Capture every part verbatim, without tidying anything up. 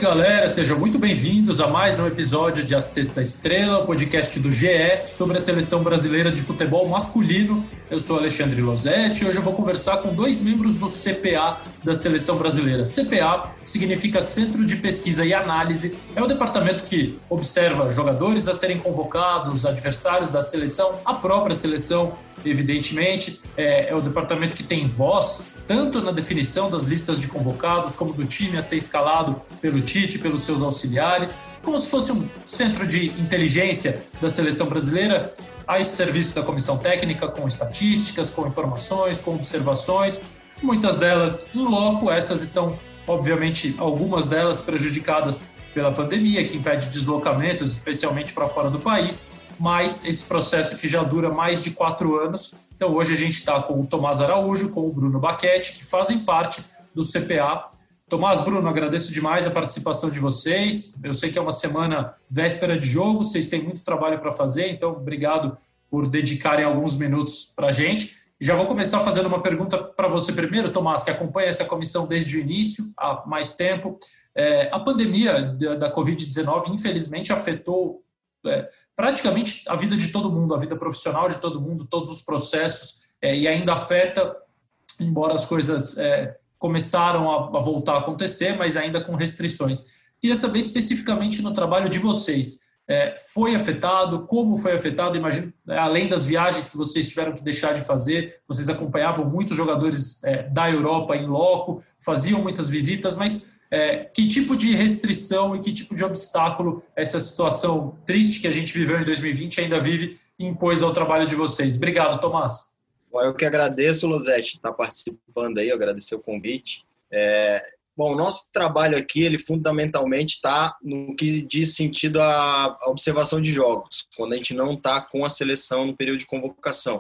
galera, sejam muito bem-vindos a mais um episódio de A Sexta Estrela, o podcast do G E sobre a Seleção Brasileira de Futebol Masculino. Eu sou Alexandre Losetti e hoje eu vou conversar com dois membros do C P A da Seleção Brasileira. C P A significa Centro de Pesquisa e Análise, é o departamento que observa jogadores a serem convocados, adversários da seleção, a própria seleção, evidentemente. É, é o departamento que tem voz tanto na definição das listas de convocados, como do time a ser escalado pelo Tite, pelos seus auxiliares, como se fosse um centro de inteligência da seleção brasileira, a esse serviço da comissão técnica, com estatísticas, com informações, com observações, muitas delas em loco. Essas estão, obviamente, algumas delas prejudicadas pela pandemia, que impede deslocamentos, especialmente para fora do país, mas esse processo que já dura mais de quatro anos. Então, hoje a gente está com o Tomás Araújo, com o Bruno Baquetti, que fazem parte do C P A. Tomás, Bruno, agradeço demais a participação de vocês. Eu sei que é uma semana véspera de jogo, vocês têm muito trabalho para fazer, então obrigado por dedicarem alguns minutos para a gente. Já vou começar fazendo uma pergunta para você primeiro, Tomás, que acompanha essa comissão desde o início, há mais tempo. É, a pandemia da covid dezenove, infelizmente, afetou É, praticamente a vida de todo mundo, a vida profissional de todo mundo, todos os processos, é, e ainda afeta, embora as coisas é, começaram a, a voltar a acontecer, mas ainda com restrições. Queria saber especificamente no trabalho de vocês, é, foi afetado, como foi afetado? Imagino, é, além das viagens que vocês tiveram que deixar de fazer, vocês acompanhavam muitos jogadores é, da Europa em loco, faziam muitas visitas, mas É, que tipo de restrição e que tipo de obstáculo essa situação triste que a gente viveu em dois mil e vinte ainda vive e impôs ao trabalho de vocês? Obrigado, Tomás. Bom, eu que agradeço, Losetti, estar participando aí, agradecer o convite. É, bom, o nosso trabalho aqui, ele fundamentalmente está no que diz sentido à observação de jogos, quando a gente não está com a seleção no período de convocação.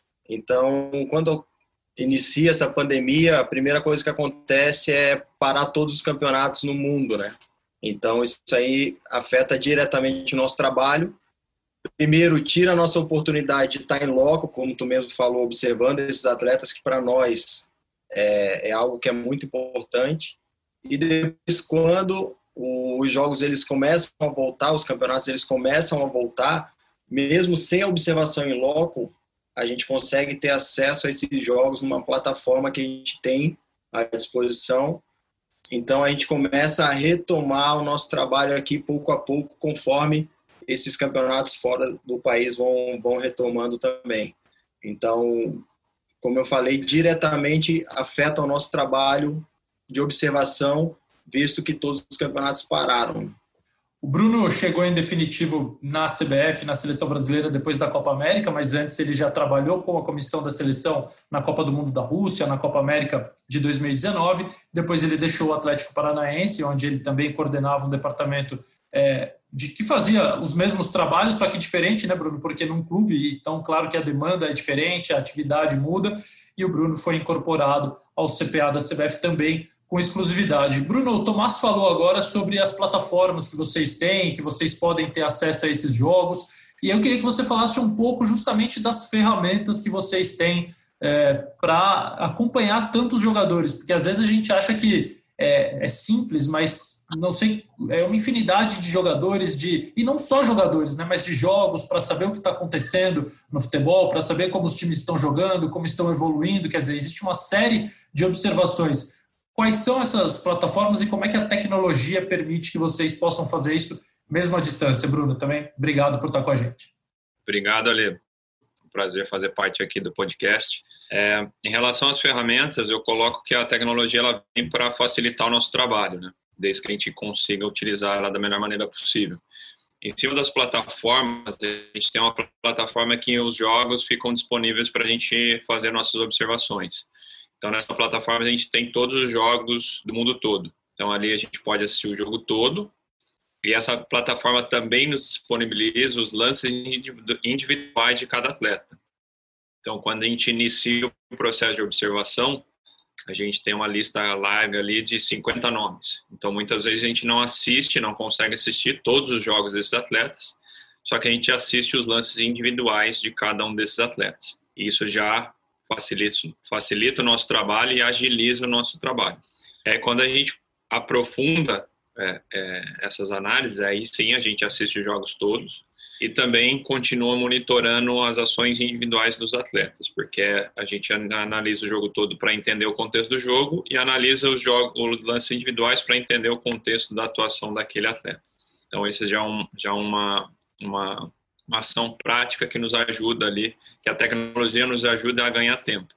Então, quando inicia essa pandemia, a primeira coisa que acontece é parar todos os campeonatos no mundo, né? Então, isso aí afeta diretamente o nosso trabalho. Primeiro, tira a nossa oportunidade de estar em loco, como tu mesmo falou, observando esses atletas, que para nós é, é algo que é muito importante. E depois, quando os jogos eles começam a voltar, os campeonatos eles começam a voltar, mesmo sem a observação em loco, a gente consegue ter acesso a esses jogos numa plataforma que a gente tem à disposição. Então, a gente começa a retomar o nosso trabalho aqui pouco a pouco, conforme esses campeonatos fora do país vão, vão retomando também. Então, como eu falei, diretamente afeta o nosso trabalho de observação, visto que todos os campeonatos pararam. O Bruno chegou em definitivo na C B F, na Seleção Brasileira, depois da Copa América, mas antes ele já trabalhou com a comissão da seleção na Copa do Mundo da Rússia, na Copa América de dois mil e dezenove. Depois ele deixou o Atlético Paranaense, onde ele também coordenava um departamento é, de que fazia os mesmos trabalhos, só que diferente, né, Bruno? Porque num clube, então claro que a demanda é diferente, a atividade muda, e o Bruno foi incorporado ao C P A da C B F também, com exclusividade. Bruno, o Tomás falou agora sobre as plataformas que vocês têm, que vocês podem ter acesso a esses jogos, e eu queria que você falasse um pouco justamente das ferramentas que vocês têm é, para acompanhar tantos jogadores, porque às vezes a gente acha que é, é simples, mas não sei, é uma infinidade de jogadores, de, e não só jogadores, né, mas de jogos, para saber o que está acontecendo no futebol, para saber como os times estão jogando, como estão evoluindo, quer dizer, existe uma série de observações. Quais são essas plataformas e como é que a tecnologia permite que vocês possam fazer isso mesmo à distância? Bruno, também obrigado por estar com a gente. Obrigado, Ale. Um prazer fazer parte aqui do podcast. É, em relação às ferramentas, eu coloco que a tecnologia ela vem para facilitar o nosso trabalho, né? Desde que a gente consiga utilizar ela da melhor maneira possível. Em cima das plataformas, a gente tem uma plataforma que os jogos ficam disponíveis para a gente fazer nossas observações. Então, nessa plataforma, a gente tem todos os jogos do mundo todo. Então, ali a gente pode assistir o jogo todo. E essa plataforma também nos disponibiliza os lances individuais de cada atleta. Então, quando a gente inicia o processo de observação, a gente tem uma lista larga ali de cinquenta nomes. Então, muitas vezes a gente não assiste, não consegue assistir todos os jogos desses atletas, só que a gente assiste os lances individuais de cada um desses atletas. E isso já facilita, facilita o nosso trabalho e agiliza o nosso trabalho. É, quando a gente aprofunda é, é, essas análises, aí sim a gente assiste os jogos todos e também continua monitorando as ações individuais dos atletas, porque a gente analisa o jogo todo para entender o contexto do jogo e analisa os, jogos, os lances individuais para entender o contexto da atuação daquele atleta. Então, esse já é, um, já é uma, uma, uma ação prática que nos ajuda ali, que a tecnologia nos ajuda a ganhar tempo.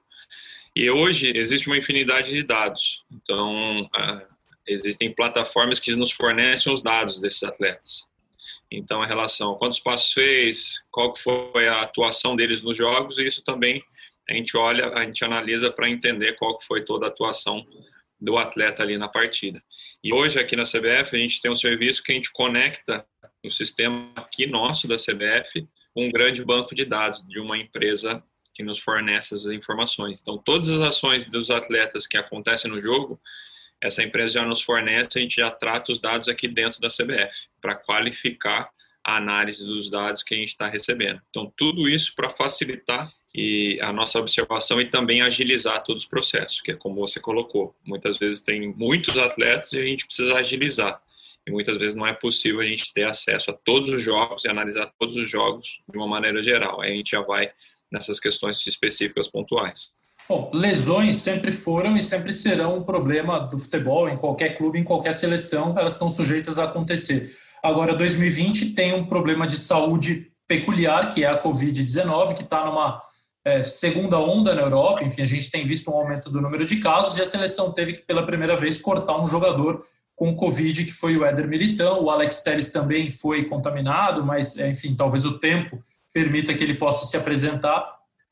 E hoje existe uma infinidade de dados. Então, uh, existem plataformas que nos fornecem os dados desses atletas. Então, a relação a quantos passos fez, qual que foi a atuação deles nos jogos, e isso também a gente olha, a gente analisa para entender qual que foi toda a atuação do atleta ali na partida. E hoje aqui na C B F a gente tem um serviço que a gente conecta o sistema aqui nosso da C B F com um grande banco de dados de uma empresa que nos fornece essas informações. Então, todas as ações dos atletas que acontecem no jogo, essa empresa já nos fornece, a gente já trata os dados aqui dentro da C B F, para qualificar a análise dos dados que a gente está recebendo. Então, tudo isso para facilitar e a nossa observação e também agilizar todos os processos, que é como você colocou. Muitas vezes tem muitos atletas e a gente precisa agilizar. E muitas vezes não é possível a gente ter acesso a todos os jogos e analisar todos os jogos de uma maneira geral. Aí a gente já vai nessas questões específicas pontuais. Bom, lesões sempre foram e sempre serão um problema do futebol, em qualquer clube, em qualquer seleção, elas estão sujeitas a acontecer. Agora, dois mil e vinte tem um problema de saúde peculiar, que é a covid dezenove, que está numa é, segunda onda na Europa. Enfim, a gente tem visto um aumento do número de casos e a seleção teve que, pela primeira vez, cortar um jogador com Covid, que foi o Éder Militão. O Alex Telles também foi contaminado, mas, enfim, talvez o tempo permita que ele possa se apresentar.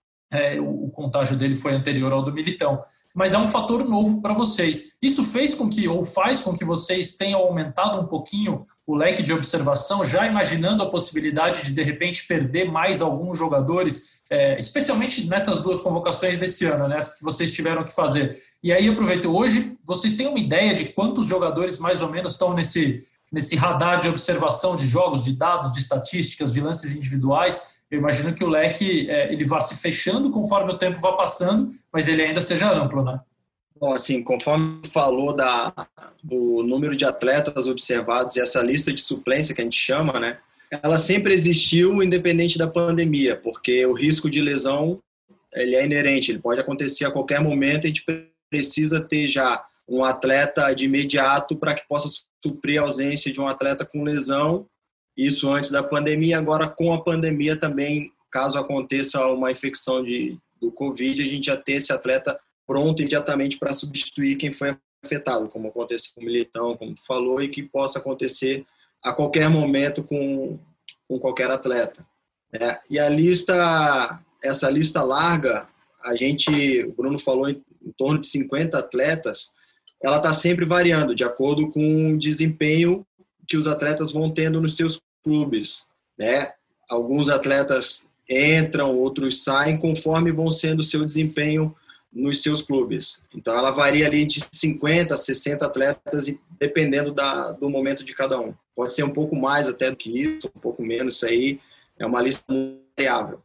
É, o, o contágio dele foi anterior ao do Militão. Mas é um fator novo para vocês. Isso fez com que, ou faz com que vocês tenham aumentado um pouquinho o leque de observação, já imaginando a possibilidade de, de repente, perder mais alguns jogadores, é, especialmente nessas duas convocações desse ano, né, que vocês tiveram que fazer. E aí, aproveito, hoje, vocês têm uma ideia de quantos jogadores mais ou menos estão nesse, nesse radar de observação de jogos, de dados, de estatísticas, de lances individuais? Eu imagino que o leque é, ele vá se fechando conforme o tempo vá passando, mas ele ainda seja amplo, né? Bom, assim, conforme falou da, do número de atletas observados e essa lista de suplência que a gente chama, né? Ela sempre existiu independente da pandemia, porque o risco de lesão ele é inerente, ele pode acontecer a qualquer momento e a gente precisa ter já um atleta de imediato para que possa suprir a ausência de um atleta com lesão. Isso antes da pandemia, agora com a pandemia também, caso aconteça uma infecção de, do Covid, a gente já tem esse atleta pronto imediatamente para substituir quem foi afetado, como aconteceu com o Militão, como tu falou, e que possa acontecer a qualquer momento com, com qualquer atleta. É, e a lista, essa lista larga, a gente, o Bruno falou em, em torno de cinquenta atletas, ela está sempre variando, de acordo com o desempenho que os atletas vão tendo nos seus clubes, né? Alguns atletas entram, outros saem, conforme vão sendo o seu desempenho nos seus clubes. Então, ela varia ali de cinquenta, sessenta atletas, dependendo da, do momento de cada um. Pode ser um pouco mais até do que isso, um pouco menos, isso aí é uma lista muito variável.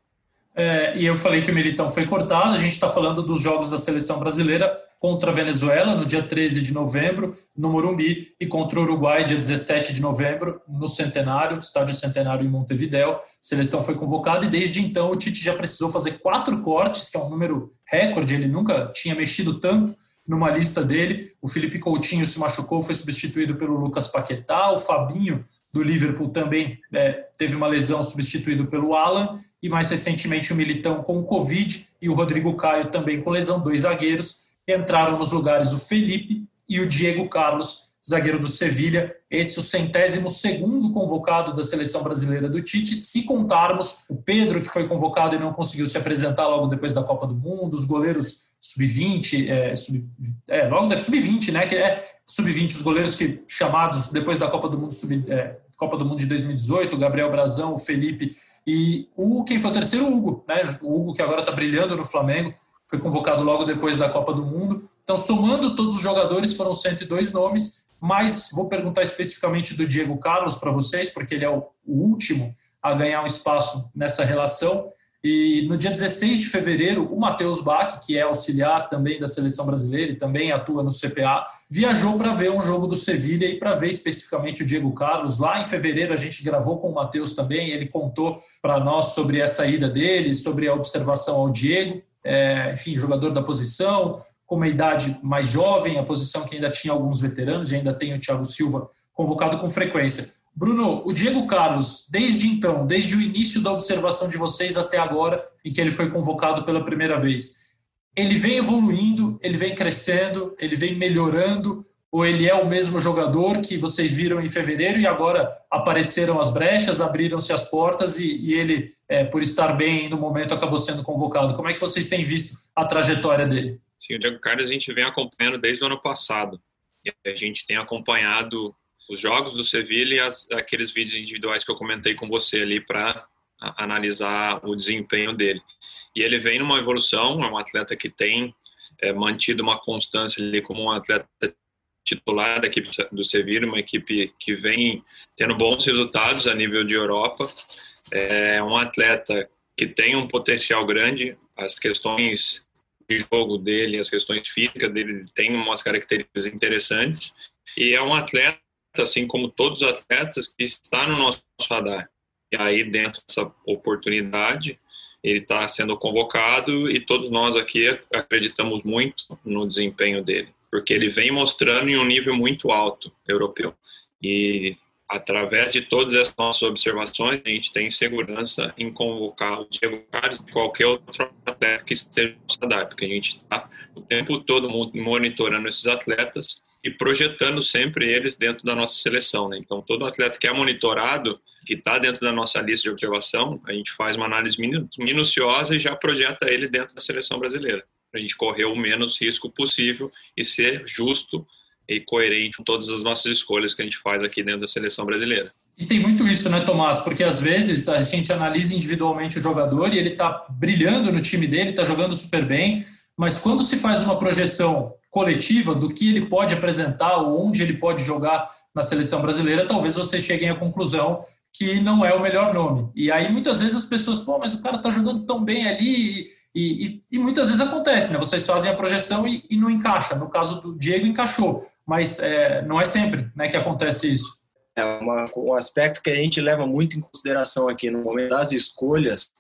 É, e eu falei que o Militão foi cortado, a gente está falando dos jogos da seleção brasileira contra a Venezuela, no dia treze de novembro, no Morumbi, e contra o Uruguai, dia dezessete de novembro, no Centenário, Estádio Centenário em Montevidéu. A seleção foi convocada e desde então o Tite já precisou fazer quatro cortes, que é um número recorde, ele nunca tinha mexido tanto numa lista dele. O Felipe Coutinho se machucou, foi substituído pelo Lucas Paquetá, o Fabinho do Liverpool também é, teve uma lesão, substituído pelo Alan, e mais recentemente o Militão com o Covid e o Rodrigo Caio também com lesão, dois zagueiros. Entraram nos lugares o Felipe e o Diego Carlos, zagueiro do Sevilha. Esse é o centésimo segundo convocado da seleção brasileira do Tite, se contarmos o Pedro, que foi convocado e não conseguiu se apresentar logo depois da Copa do Mundo, os goleiros sub vinte, é, sub, é, logo da sub vinte, né, que é sub vinte, os goleiros que chamados depois da Copa do Mundo, sub, é, Copa do Mundo de dois mil e dezoito, o Gabriel Brazão, o Felipe e o, quem foi o terceiro, o Hugo, né, o Hugo que agora está brilhando no Flamengo, foi convocado logo depois da Copa do Mundo. Então, somando todos os jogadores, foram cento e dois nomes, mas vou perguntar especificamente do Diego Carlos para vocês, porque ele é o último a ganhar um espaço nessa relação. E no dia dezesseis de fevereiro, o Matheus Bach, que é auxiliar também da seleção brasileira e também atua no C P A, viajou para ver um jogo do Sevilha e para ver especificamente o Diego Carlos. Lá em fevereiro a gente gravou com o Matheus também, ele contou para nós sobre essa ida dele, sobre a observação ao Diego, é, enfim, jogador da posição, com uma idade mais jovem, a posição que ainda tinha alguns veteranos e ainda tem o Thiago Silva convocado com frequência. Bruno, o Diego Carlos, desde então, desde o início da observação de vocês até agora, em que ele foi convocado pela primeira vez, ele vem evoluindo, ele vem crescendo, ele vem melhorando, ou ele é o mesmo jogador que vocês viram em fevereiro e agora apareceram as brechas, abriram-se as portas e, e ele, é, por estar bem no momento, acabou sendo convocado? Como é que vocês têm visto a trajetória dele? Sim, o Diego Carlos a gente vem acompanhando desde o ano passado. E a gente tem acompanhado os jogos do Sevilha e as, aqueles vídeos individuais que eu comentei com você ali para analisar o desempenho dele. E ele vem numa evolução, é um atleta que tem é, mantido uma constância ali como um atleta titular da equipe do Sevilha, uma equipe que vem tendo bons resultados a nível de Europa. É um atleta que tem um potencial grande, as questões de jogo dele, as questões físicas dele tem umas características interessantes, e é um atleta, assim como todos os atletas, que está no nosso radar. E aí, dentro dessa oportunidade, ele está sendo convocado e todos nós aqui acreditamos muito no desempenho dele, porque ele vem mostrando em um nível muito alto europeu. E através de todas essas nossas observações, a gente tem segurança em convocar o Diego Carlos e qualquer outro atleta que esteja no radar, porque a gente está o tempo todo monitorando esses atletas e projetando sempre eles dentro da nossa seleção, né? Então, todo atleta que é monitorado, que está dentro da nossa lista de observação, a gente faz uma análise minuciosa e já projeta ele dentro da seleção brasileira, para a gente correr o menos risco possível e ser justo e coerente com todas as nossas escolhas que a gente faz aqui dentro da seleção brasileira. E tem muito isso, né, Tomás? Porque às vezes a gente analisa individualmente o jogador e ele está brilhando no time dele, está jogando super bem, mas quando se faz uma projeção coletiva do que ele pode apresentar ou onde ele pode jogar na seleção brasileira, talvez vocês cheguem à conclusão que não é o melhor nome. E aí muitas vezes as pessoas, pô, mas o cara está jogando tão bem ali, e, e, e muitas vezes acontece, né? Vocês fazem a projeção e, e não encaixa. No caso do Diego, encaixou, mas é, não é sempre, né, que acontece isso. É uma, um aspecto que a gente leva muito em consideração aqui no momento das escolhas,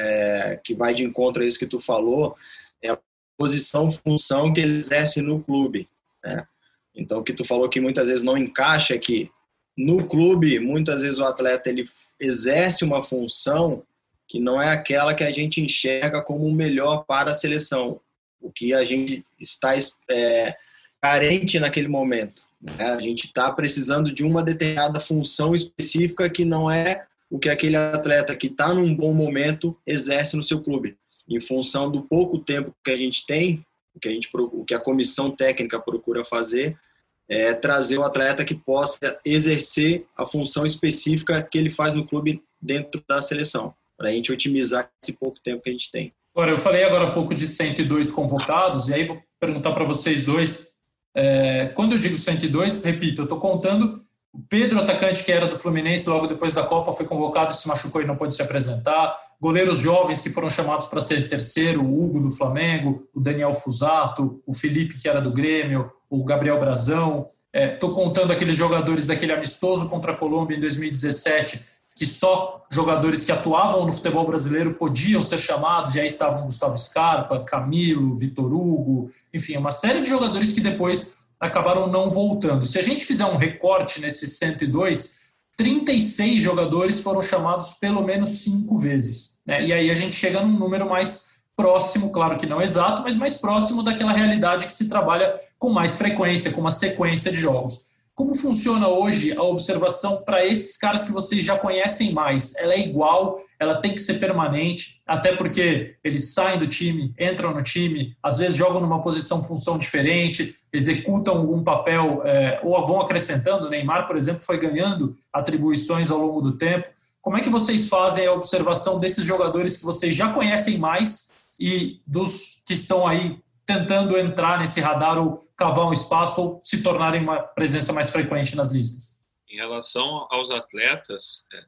é, que vai de encontro a isso que tu falou, é a posição, função que ele exerce no clube, né? Então, o que tu falou que muitas vezes não encaixa aqui, no clube, muitas vezes o atleta ele exerce uma função que não é aquela que a gente enxerga como o melhor para a seleção, o que a gente está é, carente naquele momento, né? A gente está precisando de uma determinada função específica que não é o que aquele atleta que está num bom momento exerce no seu clube. Em função do pouco tempo que a gente tem, o que a, gente, o que a comissão técnica procura fazer é trazer o atleta que possa exercer a função específica que ele faz no clube dentro da seleção, para a gente otimizar esse pouco tempo que a gente tem. Agora, eu falei agora há pouco de cento e dois convocados, e aí vou perguntar para vocês dois. É, quando eu digo cento e dois, repito, eu estou contando o Pedro, atacante que era do Fluminense, logo depois da Copa foi convocado, se machucou e não pôde se apresentar. Goleiros jovens que foram chamados para ser terceiro, o Hugo do Flamengo, o Daniel Fusato, o Felipe que era do Grêmio, o Gabriel Brazão. Estou é, contando aqueles jogadores daquele amistoso contra a Colômbia em dois mil e dezessete, que só jogadores que atuavam no futebol brasileiro podiam ser chamados, e aí estavam Gustavo Scarpa, Camilo, Vitor Hugo, enfim, uma série de jogadores que depois acabaram não voltando. Se a gente fizer um recorte nesses cento e dois, trinta e seis jogadores foram chamados pelo menos cinco vezes, né? E aí a gente chega num número mais próximo, claro que não exato, mas mais próximo daquela realidade que se trabalha com mais frequência, com uma sequência de jogos. Como funciona hoje a observação para esses caras que vocês já conhecem mais? Ela é igual, ela tem que ser permanente, até porque eles saem do time, entram no time, às vezes jogam numa posição, função diferente, executam algum papel, é, ou vão acrescentando. O Neymar, por exemplo, foi ganhando atribuições ao longo do tempo. Como é que vocês fazem a observação desses jogadores que vocês já conhecem mais e dos que estão aí tentando entrar nesse radar ou cavar um espaço ou se tornarem uma presença mais frequente nas listas? Em relação aos atletas,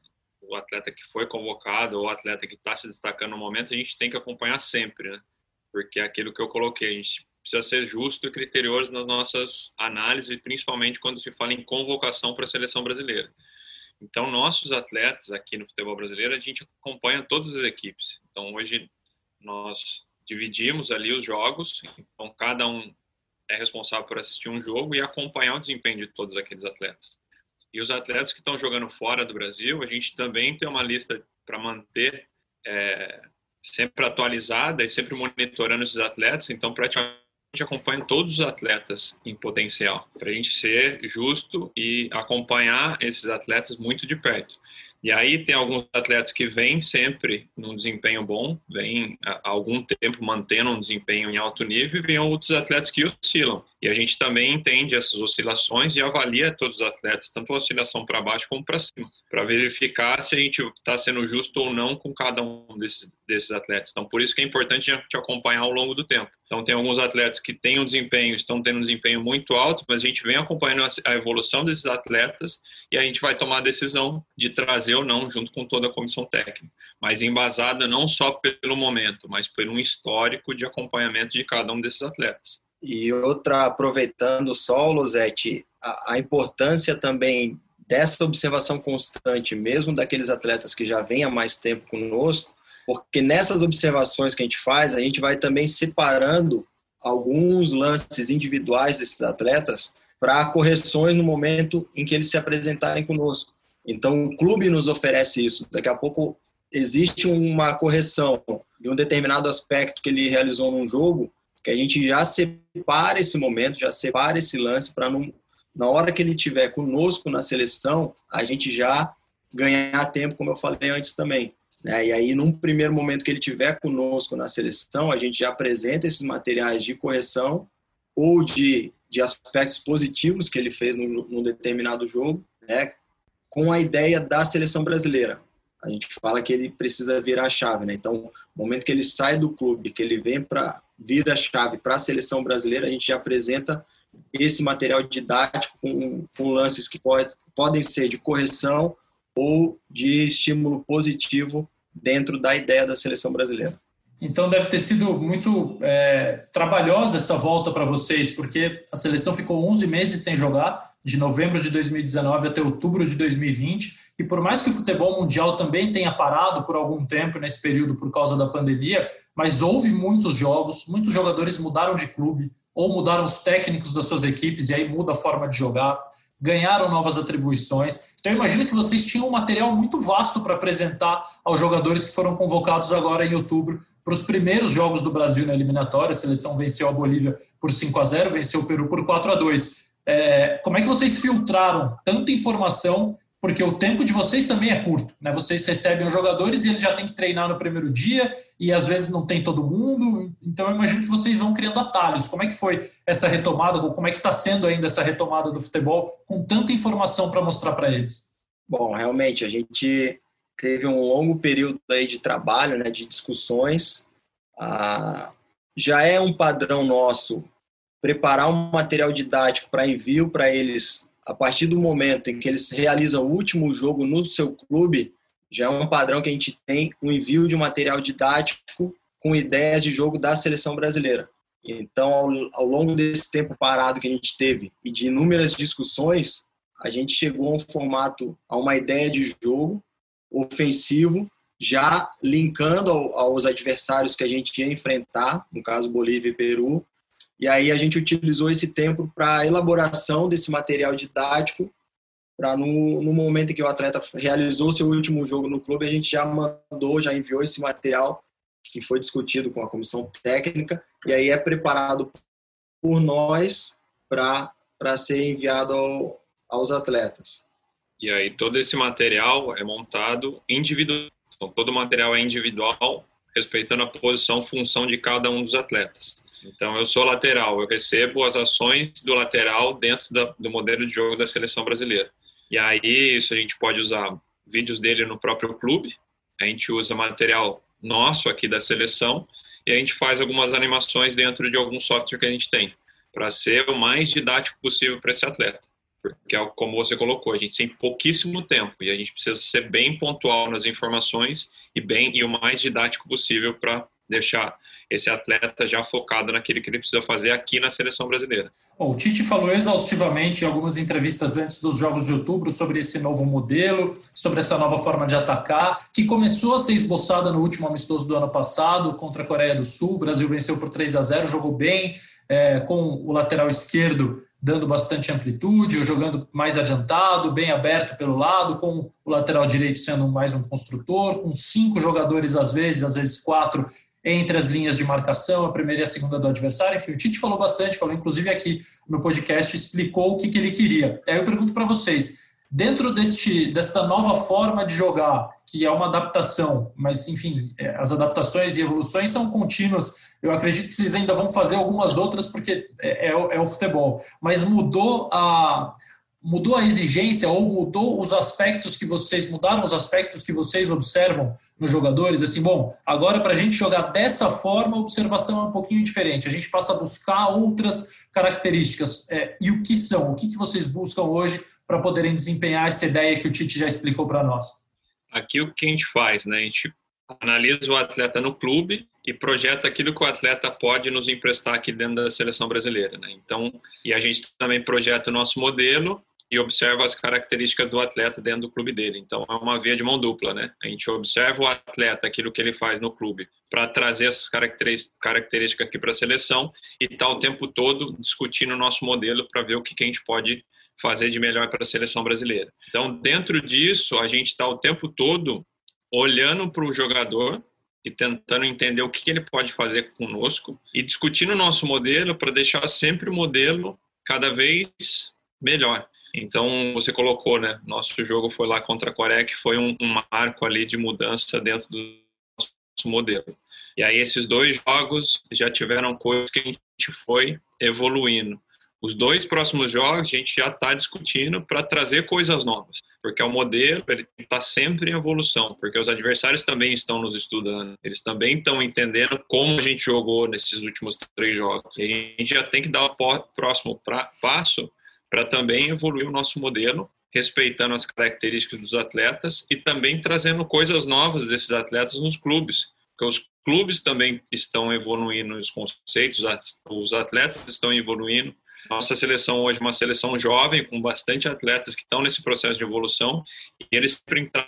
o atleta que foi convocado ou o atleta que está se destacando no momento, a gente tem que acompanhar sempre, né? Porque é aquilo que eu coloquei, a gente precisa ser justo e criterioso nas nossas análises, principalmente quando se fala em convocação para a seleção brasileira. Então, nossos atletas aqui no futebol brasileiro, a gente acompanha todas as equipes. Então, hoje, nós dividimos ali os jogos, então cada um é responsável por assistir um jogo e acompanhar o desempenho de todos aqueles atletas. E os atletas que estão jogando fora do Brasil, a gente também tem uma lista para manter é, sempre atualizada e sempre monitorando esses atletas, então praticamente a gente acompanha todos os atletas em potencial, para a gente ser justo e acompanhar esses atletas muito de perto. E aí tem alguns atletas que vêm sempre num desempenho bom, vêm há algum tempo mantendo um desempenho em alto nível, e vem outros atletas que oscilam. E a gente também entende essas oscilações e avalia todos os atletas, tanto a oscilação para baixo como para cima, para verificar se a gente está sendo justo ou não com cada um desses, desses atletas. Então, por isso que é importante a gente acompanhar ao longo do tempo. Então, tem alguns atletas que têm um desempenho, estão tendo um desempenho muito alto, mas a gente vem acompanhando a evolução desses atletas e a gente vai tomar a decisão de trazer ou não, junto com toda a comissão técnica, mas embasada não só pelo momento, mas por um histórico de acompanhamento de cada um desses atletas. E outra, aproveitando só, Losetti, a, a importância também dessa observação constante, mesmo daqueles atletas que já vêm há mais tempo conosco, porque nessas observações que a gente faz, a gente vai também separando alguns lances individuais desses atletas para correções no momento em que eles se apresentarem conosco. Então, o clube nos oferece isso. Daqui a pouco existe uma correção de um determinado aspecto que ele realizou num jogo, que a gente já separa esse momento, já separa esse lance para, na hora que ele estiver conosco na seleção, a gente já ganhar tempo, como eu falei antes também. E aí, num primeiro momento que ele estiver conosco na seleção, a gente já apresenta esses materiais de correção ou de, de aspectos positivos que ele fez num, num determinado jogo, né, com a ideia da seleção brasileira. A gente fala que ele precisa virar a chave, né? Então, no momento que ele sai do clube, que ele vem para vir a chave para a seleção brasileira, a gente já apresenta esse material didático com, com lances que pode, podem ser de correção ou de estímulo positivo dentro da ideia da seleção brasileira. Então deve ter sido muito é, trabalhosa essa volta para vocês, porque a seleção ficou onze meses sem jogar, de novembro de dois mil e dezenove até outubro de dois mil e vinte, e por mais que o futebol mundial também tenha parado por algum tempo nesse período por causa da pandemia, mas houve muitos jogos, muitos jogadores mudaram de clube, ou mudaram os técnicos das suas equipes, e aí muda a forma de jogar, ganharam novas atribuições. Então eu imagino que vocês tinham um material muito vasto para apresentar aos jogadores que foram convocados agora em outubro para os primeiros jogos do Brasil na eliminatória. A seleção venceu a Bolívia por cinco a zero, venceu o Peru por quatro a dois. É, como é que vocês filtraram tanta informação? Porque o tempo de vocês também é curto, né? Vocês recebem os jogadores e eles já têm que treinar no primeiro dia e às vezes não tem todo mundo. Então eu imagino que vocês vão criando atalhos. Como é que foi essa retomada? Como é que está sendo ainda essa retomada do futebol com tanta informação para mostrar para eles? Bom, realmente a gente teve um longo período aí de trabalho, né, de discussões. Ah, já é um padrão nosso preparar um material didático para envio para eles a partir do momento em que eles realizam o último jogo no seu clube. Já é um padrão que a gente tem o envio de um material didático com ideias de jogo da seleção brasileira. Então, ao, ao longo desse tempo parado que a gente teve e de inúmeras discussões, a gente chegou a um formato, a uma ideia de jogo ofensivo, já linkando ao, aos adversários que a gente ia enfrentar, no caso Bolívia e Peru. E aí a gente utilizou esse tempo para a elaboração desse material didático, para no, no momento em que o atleta realizou seu último jogo no clube, a gente já mandou, já enviou esse material que foi discutido com a comissão técnica, e aí é preparado por nós para ser enviado ao, aos atletas. E aí todo esse material é montado individual, então todo o material é individual, respeitando a posição, função de cada um dos atletas. Então, eu sou lateral, eu recebo as ações do lateral dentro da, do modelo de jogo da seleção brasileira. E aí, isso a gente pode usar vídeos dele no próprio clube, a gente usa material nosso aqui da seleção e a gente faz algumas animações dentro de algum software que a gente tem, para ser o mais didático possível para esse atleta. Porque, como você colocou, a gente tem pouquíssimo tempo e a gente precisa ser bem pontual nas informações e, bem, e o mais didático possível para deixar esse atleta já focado naquilo que ele precisa fazer aqui na seleção brasileira. Bom, o Tite falou exaustivamente em algumas entrevistas antes dos Jogos de Outubro sobre esse novo modelo, sobre essa nova forma de atacar, que começou a ser esboçada no último amistoso do ano passado contra a Coreia do Sul. O Brasil venceu por três a zero, jogou bem, é, com o lateral esquerdo dando bastante amplitude, jogando mais adiantado, bem aberto pelo lado, com o lateral direito sendo mais um construtor, com cinco jogadores às vezes, às vezes quatro, entre as linhas de marcação, a primeira e a segunda do adversário. Enfim, o Tite falou bastante, falou inclusive aqui no podcast, explicou o que, que ele queria. Aí eu pergunto para vocês, dentro deste, desta nova forma de jogar, que é uma adaptação, mas enfim, as adaptações e evoluções são contínuas, eu acredito que vocês ainda vão fazer algumas outras, porque é, é, é o futebol, mas mudou a... mudou a exigência ou mudou os aspectos que vocês, mudaram os aspectos que vocês observam nos jogadores? Assim, bom, agora para a gente jogar dessa forma, a observação é um pouquinho diferente. A gente passa a buscar outras características. É, e o que são? O que, que vocês buscam hoje para poderem desempenhar essa ideia que o Tite já explicou para nós? Aqui o que a gente faz, né? A gente analisa o atleta no clube e projeta aquilo que o atleta pode nos emprestar aqui dentro da seleção brasileira, né? Então, e a gente também projeta o nosso modelo e observa as características do atleta dentro do clube dele. Então, é uma via de mão dupla, né? A gente observa o atleta, aquilo que ele faz no clube, para trazer essas características aqui para a seleção e está o tempo todo discutindo o nosso modelo para ver o que a gente pode fazer de melhor para a seleção brasileira. Então, dentro disso, a gente está o tempo todo olhando para o jogador e tentando entender o que ele pode fazer conosco e discutindo o nosso modelo para deixar sempre o modelo cada vez melhor. Então, você colocou, né? Nosso jogo foi lá contra a Coreia, que foi um, um marco ali de mudança dentro do nosso modelo. E aí, esses dois jogos já tiveram coisas que a gente foi evoluindo. Os dois próximos jogos, a gente já está discutindo para trazer coisas novas, porque o modelo está sempre em evolução, porque os adversários também estão nos estudando, eles também estão entendendo como a gente jogou nesses últimos três jogos. E a gente já tem que dar o próximo pra, passo para também evoluir o nosso modelo, respeitando as características dos atletas e também trazendo coisas novas desses atletas nos clubes, porque os clubes também estão evoluindo os conceitos, os atletas estão evoluindo. Nossa seleção hoje é uma seleção jovem, com bastante atletas que estão nesse processo de evolução, e eles sempre trazem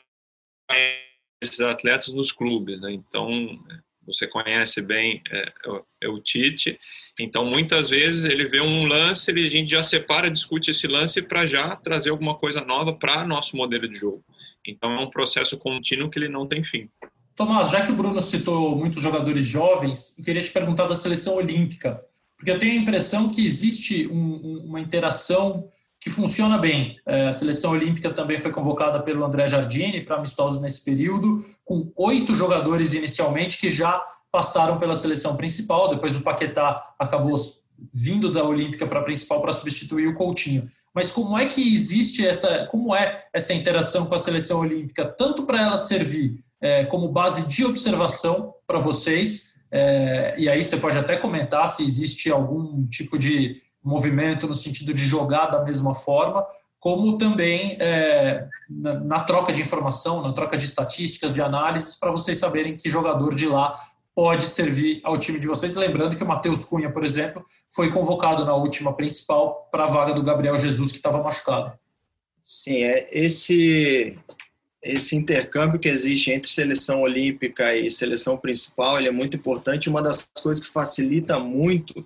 esses atletas nos clubes, né? Então, você conhece bem é, é o Tite, então muitas vezes ele vê um lance, ele, a gente já separa, discute esse lance para já trazer alguma coisa nova para nosso modelo de jogo. Então é um processo contínuo que ele não tem fim. Tomás, já que o Bruno citou muitos jogadores jovens, eu queria te perguntar da seleção olímpica, porque eu tenho a impressão que existe um, uma interação que funciona bem. A seleção olímpica também foi convocada pelo André Jardine para amistosos nesse período, com oito jogadores inicialmente que já passaram pela seleção principal. Depois o Paquetá acabou vindo da olímpica para a principal para substituir o Coutinho. Mas como é que existe essa, como é essa interação com a seleção olímpica, tanto para ela servir é, como base de observação para vocês, é, e aí você pode até comentar se existe algum tipo de movimento no sentido de jogar da mesma forma, como também é, na, na troca de informação, na troca de estatísticas, de análises, para vocês saberem que jogador de lá pode servir ao time de vocês. Lembrando que o Matheus Cunha, por exemplo, foi convocado na última principal para a vaga do Gabriel Jesus, que estava machucado. Sim, é esse, esse intercâmbio que existe entre seleção olímpica e seleção principal, ele é muito importante. Uma das coisas que facilita muito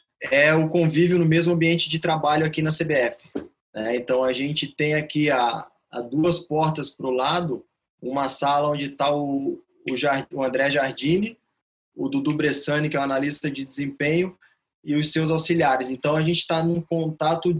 é o convívio no mesmo ambiente de trabalho aqui na C B F. Né? Então, a gente tem aqui a, a duas portas para o lado, uma sala onde está o, o, Jard, o André Jardine, o Dudu Bressani, que é o analista de desempenho, e os seus auxiliares. Então, a gente está num contato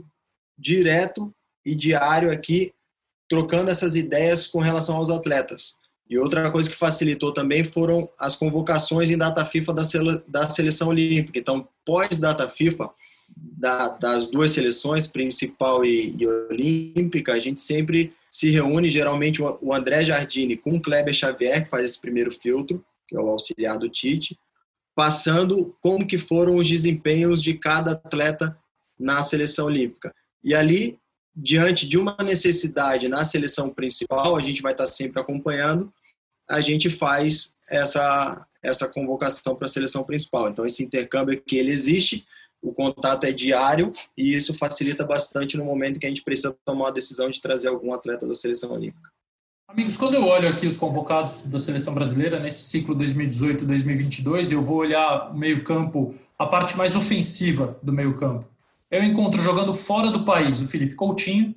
direto e diário aqui, trocando essas ideias com relação aos atletas. E outra coisa que facilitou também foram as convocações em data FIFA da, sele, da seleção olímpica. Então, pós-data FIFA, da, das duas seleções, principal e, e olímpica, a gente sempre se reúne, geralmente o André Jardine com o Kleber Xavier, que faz esse primeiro filtro, que é o auxiliar do Tite, passando como que foram os desempenhos de cada atleta na seleção olímpica. E ali diante de uma necessidade na seleção principal, a gente vai estar sempre acompanhando, a gente faz essa, essa convocação para a seleção principal. Então, esse intercâmbio aqui, ele existe, o contato é diário e isso facilita bastante no momento que a gente precisa tomar a decisão de trazer algum atleta da seleção olímpica. Amigos, quando eu olho aqui os convocados da seleção brasileira nesse ciclo dois mil e dezoito dois mil e vinte e dois, eu vou olhar o meio-campo, a parte mais ofensiva do meio-campo. Eu encontro jogando fora do país o Felipe Coutinho,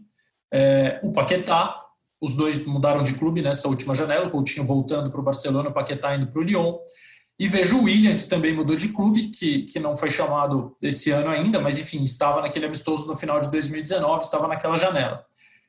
é, o Paquetá, os dois mudaram de clube nessa última janela, o Coutinho voltando para o Barcelona, o Paquetá indo para o Lyon. E vejo o William, que também mudou de clube, que, que não foi chamado esse ano ainda, mas enfim, estava naquele amistoso no final de dois mil e dezenove, estava naquela janela.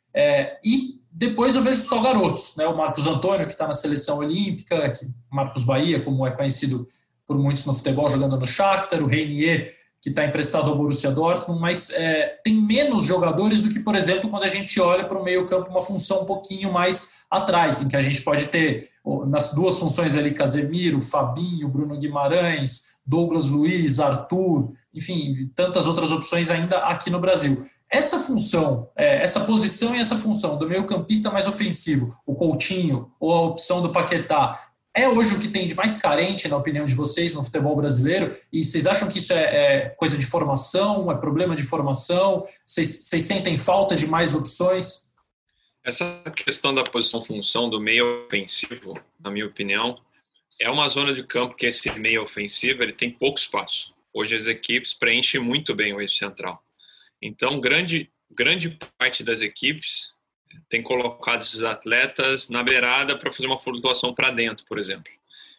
É, e depois eu vejo só garotos, né? O Marcos Antônio, que está na seleção olímpica, que, Marcos Bahia, como é conhecido por muitos no futebol, jogando no Shakhtar, o Reinier, que está emprestado ao Borussia Dortmund, mas é, tem menos jogadores do que, por exemplo, quando a gente olha para o meio-campo, uma função um pouquinho mais atrás, em que a gente pode ter, nas duas funções ali, Casemiro, Fabinho, Bruno Guimarães, Douglas Luiz, Arthur, enfim, tantas outras opções ainda aqui no Brasil. Essa função, é, essa posição e essa função do meio-campista mais ofensivo, o Coutinho ou a opção do Paquetá, é hoje o que tem de mais carente, na opinião de vocês, no futebol brasileiro? E vocês acham que isso é, é coisa de formação, é problema de formação? Vocês, vocês sentem falta de mais opções? Essa questão da posição-função do meio ofensivo, na minha opinião, é uma zona de campo que esse meio ofensivo ele tem pouco espaço. Hoje as equipes preenchem muito bem o eixo central. Então, grande, grande parte das equipes tem colocado esses atletas na beirada para fazer uma flutuação para dentro, por exemplo.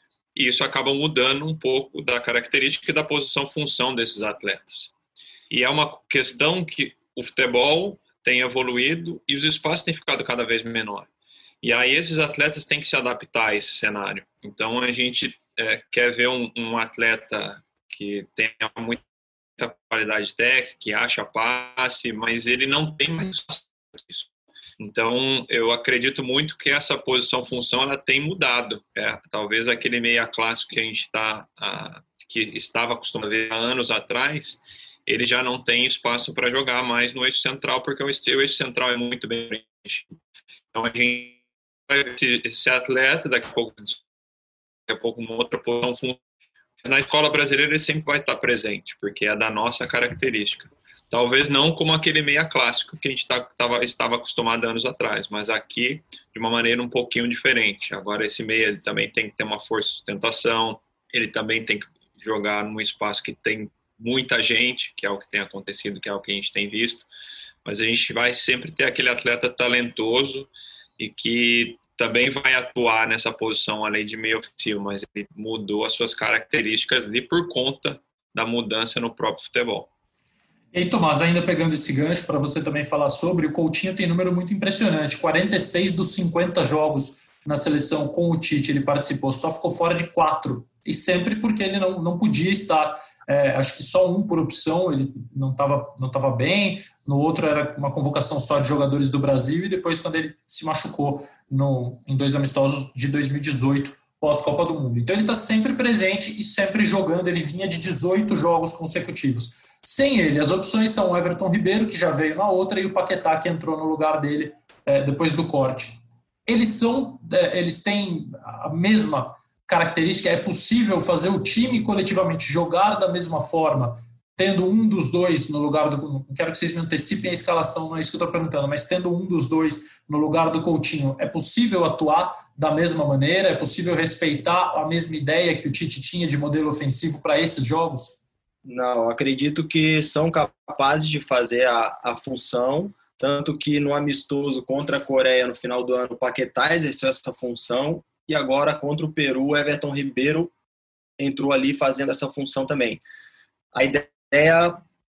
E isso acaba mudando um pouco da característica e da posição-função desses atletas. E é uma questão que o futebol tem evoluído e os espaços têm ficado cada vez menor. E aí esses atletas têm que se adaptar a esse cenário. Então a gente é, quer ver um, um atleta que tenha muita qualidade técnica, que acha passe, mas ele não tem mais isso. Então, eu acredito muito que essa posição-função ela tem mudado. É, talvez aquele meia clássico que a gente tá, a, que estava acostumado a ver há anos atrás, ele já não tem espaço para jogar mais no eixo central, porque o eixo central é muito bem preenchido. Então, a gente vai ver esse, esse atleta, daqui a pouco, daqui a pouco uma outra posição-função. Mas na escola brasileira ele sempre vai estar presente, porque é da nossa característica. Talvez não como aquele meia clássico que a gente tava, estava acostumado anos atrás, mas aqui de uma maneira um pouquinho diferente. Agora esse meia ele também tem que ter uma força de sustentação, ele também tem que jogar num espaço que tem muita gente, que é o que tem acontecido, que é o que a gente tem visto, mas a gente vai sempre ter aquele atleta talentoso e que também vai atuar nessa posição além de meio ofensivo, mas ele mudou as suas características ali por conta da mudança no próprio futebol. E aí, Tomás, ainda pegando esse gancho para você também falar sobre, o Coutinho tem um número muito impressionante, quarenta e seis dos cinquenta jogos na seleção com o Tite ele participou, só ficou fora de quatro, e sempre porque ele não, não podia estar, é, acho que só um por opção, ele não estava não tava bem, no outro era uma convocação só de jogadores do Brasil, e depois quando ele se machucou no, em dois amistosos de dois mil e dezoito, pós-Copa do Mundo. Então ele está sempre presente e sempre jogando, ele vinha de dezoito jogos consecutivos. Sem ele, as opções são o Everton Ribeiro, que já veio na outra, e o Paquetá, que entrou no lugar dele é, depois do corte. Eles são, é, eles têm a mesma característica, é possível fazer o time coletivamente jogar da mesma forma, tendo um dos dois no lugar do... Não quero que vocês me antecipem a escalação, não é isso que eu estou perguntando, mas tendo um dos dois no lugar do Coutinho, é possível atuar da mesma maneira? É possível respeitar a mesma ideia que o Tite tinha de modelo ofensivo para esses jogos? Não, acredito que são capazes de fazer a, a função, tanto que no amistoso contra a Coreia no final do ano, o Paquetá exerceu essa função, e agora contra o Peru, o Everton Ribeiro entrou ali fazendo essa função também. A ideia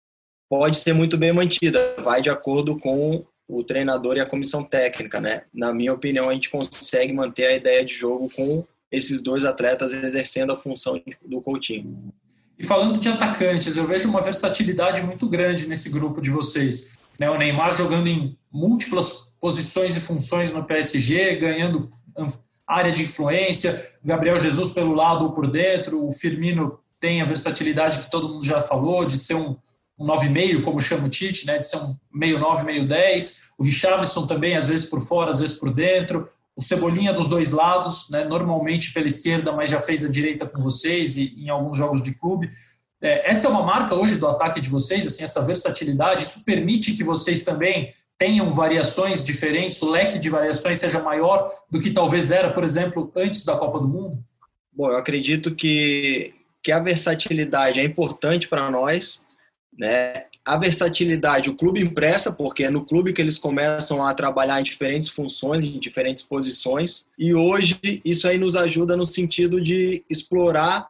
pode ser muito bem mantida, vai de acordo com o treinador e a comissão técnica, né? Na minha opinião, a gente consegue manter a ideia de jogo com esses dois atletas exercendo a função do Coutinho. E falando de atacantes, eu vejo uma versatilidade muito grande nesse grupo de vocês. Né? O Neymar jogando em múltiplas posições e funções no P S G, ganhando área de influência, Gabriel Jesus pelo lado ou por dentro, o Firmino tem a versatilidade que todo mundo já falou, de ser um, um nove meio, como chama o Tite, né, de ser um meio nove, meio dez. O Richarlison também, às vezes por fora, às vezes por dentro. O Cebolinha dos dois lados, né, normalmente pela esquerda, mas já fez a direita com vocês e em alguns jogos de clube. É, essa é uma marca hoje do ataque de vocês, assim, essa versatilidade. Isso permite que vocês também tenham variações diferentes, o leque de variações seja maior do que talvez era, por exemplo, antes da Copa do Mundo? Bom, eu acredito que, que a versatilidade é importante para nós, né? A versatilidade o clube empresta, porque é no clube que eles começam a trabalhar em diferentes funções, em diferentes posições, e hoje isso aí nos ajuda no sentido de explorar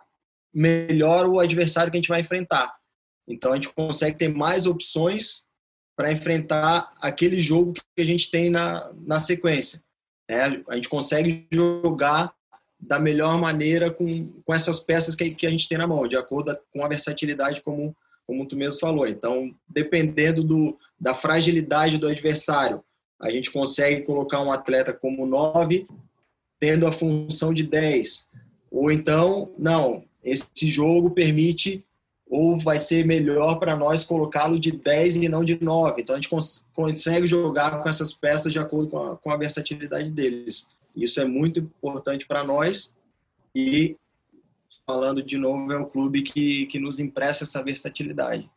melhor o adversário que a gente vai enfrentar. Então a gente consegue ter mais opções para enfrentar aquele jogo que a gente tem na, na sequência. Né? A gente consegue jogar da melhor maneira com, com essas peças que, que a gente tem na mão, de acordo com a versatilidade como como tu mesmo falou. Então, dependendo do, da fragilidade do adversário, a gente consegue colocar um atleta como nove, tendo a função de dez. Ou então, não, esse jogo permite, ou vai ser melhor para nós colocá-lo de dez e não de nove. Então, a gente cons- consegue jogar com essas peças de acordo com a, com a versatilidade deles. Isso é muito importante para nós e, falando de novo, é um clube que, que nos empresta essa versatilidade.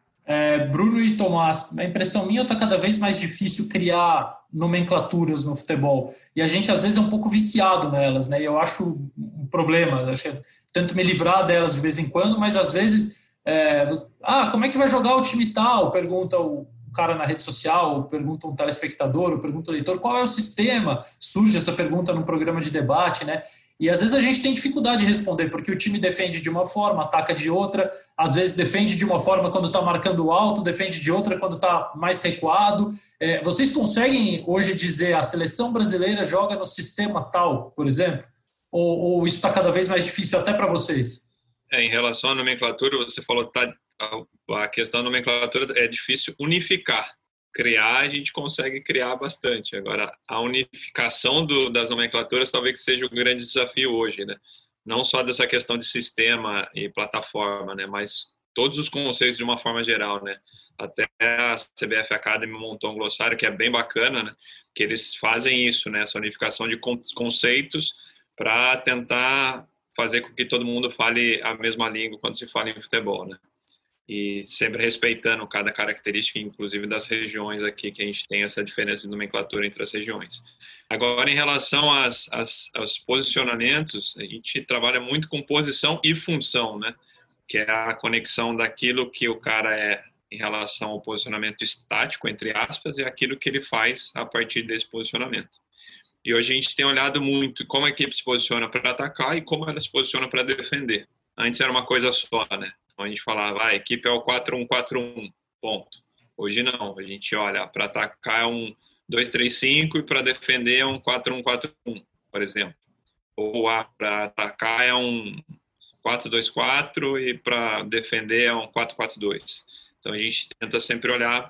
É, Bruno e Tomás, a impressão minha é que está cada vez mais difícil criar nomenclaturas no futebol. E a gente, às vezes, é um pouco viciado nelas, né? E eu acho um problema. Eu acho que tento me livrar delas de vez em quando, mas, às vezes, é, ah, como é que vai jogar o time tal? Pergunta o cara na rede social, pergunta um telespectador, pergunta o leitor, qual é o sistema? Surge essa pergunta num programa de debate, né? E às vezes a gente tem dificuldade de responder, porque o time defende de uma forma, ataca de outra, às vezes defende de uma forma quando está marcando alto, defende de outra quando está mais recuado. É, vocês conseguem hoje dizer a seleção brasileira joga no sistema tal, por exemplo? Ou, ou isso está cada vez mais difícil até para vocês? É, em relação à nomenclatura, você falou que tá, a, a questão da nomenclatura é difícil unificar. Criar, a gente consegue criar bastante. Agora, a unificação do, das nomenclaturas talvez seja o grande desafio hoje, né? Não só dessa questão de sistema e plataforma, né? Mas todos os conceitos de uma forma geral, né? Até a C B F Academy montou um glossário que é bem bacana, né? Que eles fazem isso, né? Essa unificação de conceitos para tentar fazer com que todo mundo fale a mesma língua quando se fala em futebol, né? E sempre respeitando cada característica, inclusive das regiões aqui, que a gente tem essa diferença de nomenclatura entre as regiões. Agora, em relação às, às, aos posicionamentos, a gente trabalha muito com posição e função, né? Que é a conexão daquilo que o cara é em relação ao posicionamento estático, entre aspas, e aquilo que ele faz a partir desse posicionamento. E hoje a gente tem olhado muito como a equipe se posiciona para atacar e como ela se posiciona para defender. Antes era uma coisa só, né? A gente falava, ah, a equipe é o quatro um quatro um, ponto. Hoje não, a gente olha, para atacar é um dois três cinco e para defender é um quatro um quatro um, por exemplo. Ou para atacar é um quatro dois quatro e para defender é um quatro quatro dois. Então a gente tenta sempre olhar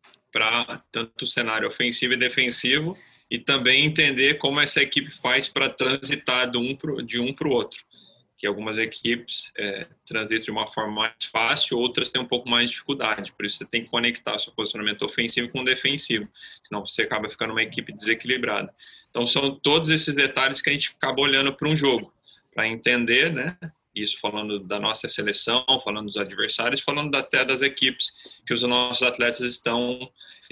para tanto o cenário ofensivo e defensivo e também entender como essa equipe faz para transitar de um para o outro. Que algumas equipes é, transitam de uma forma mais fácil, outras têm um pouco mais de dificuldade. Por isso você tem que conectar seu posicionamento ofensivo com o defensivo, senão você acaba ficando uma equipe desequilibrada. Então são todos esses detalhes que a gente acaba olhando para um jogo, para entender, né? Isso falando da nossa seleção, falando dos adversários, falando até das equipes que os nossos atletas estão,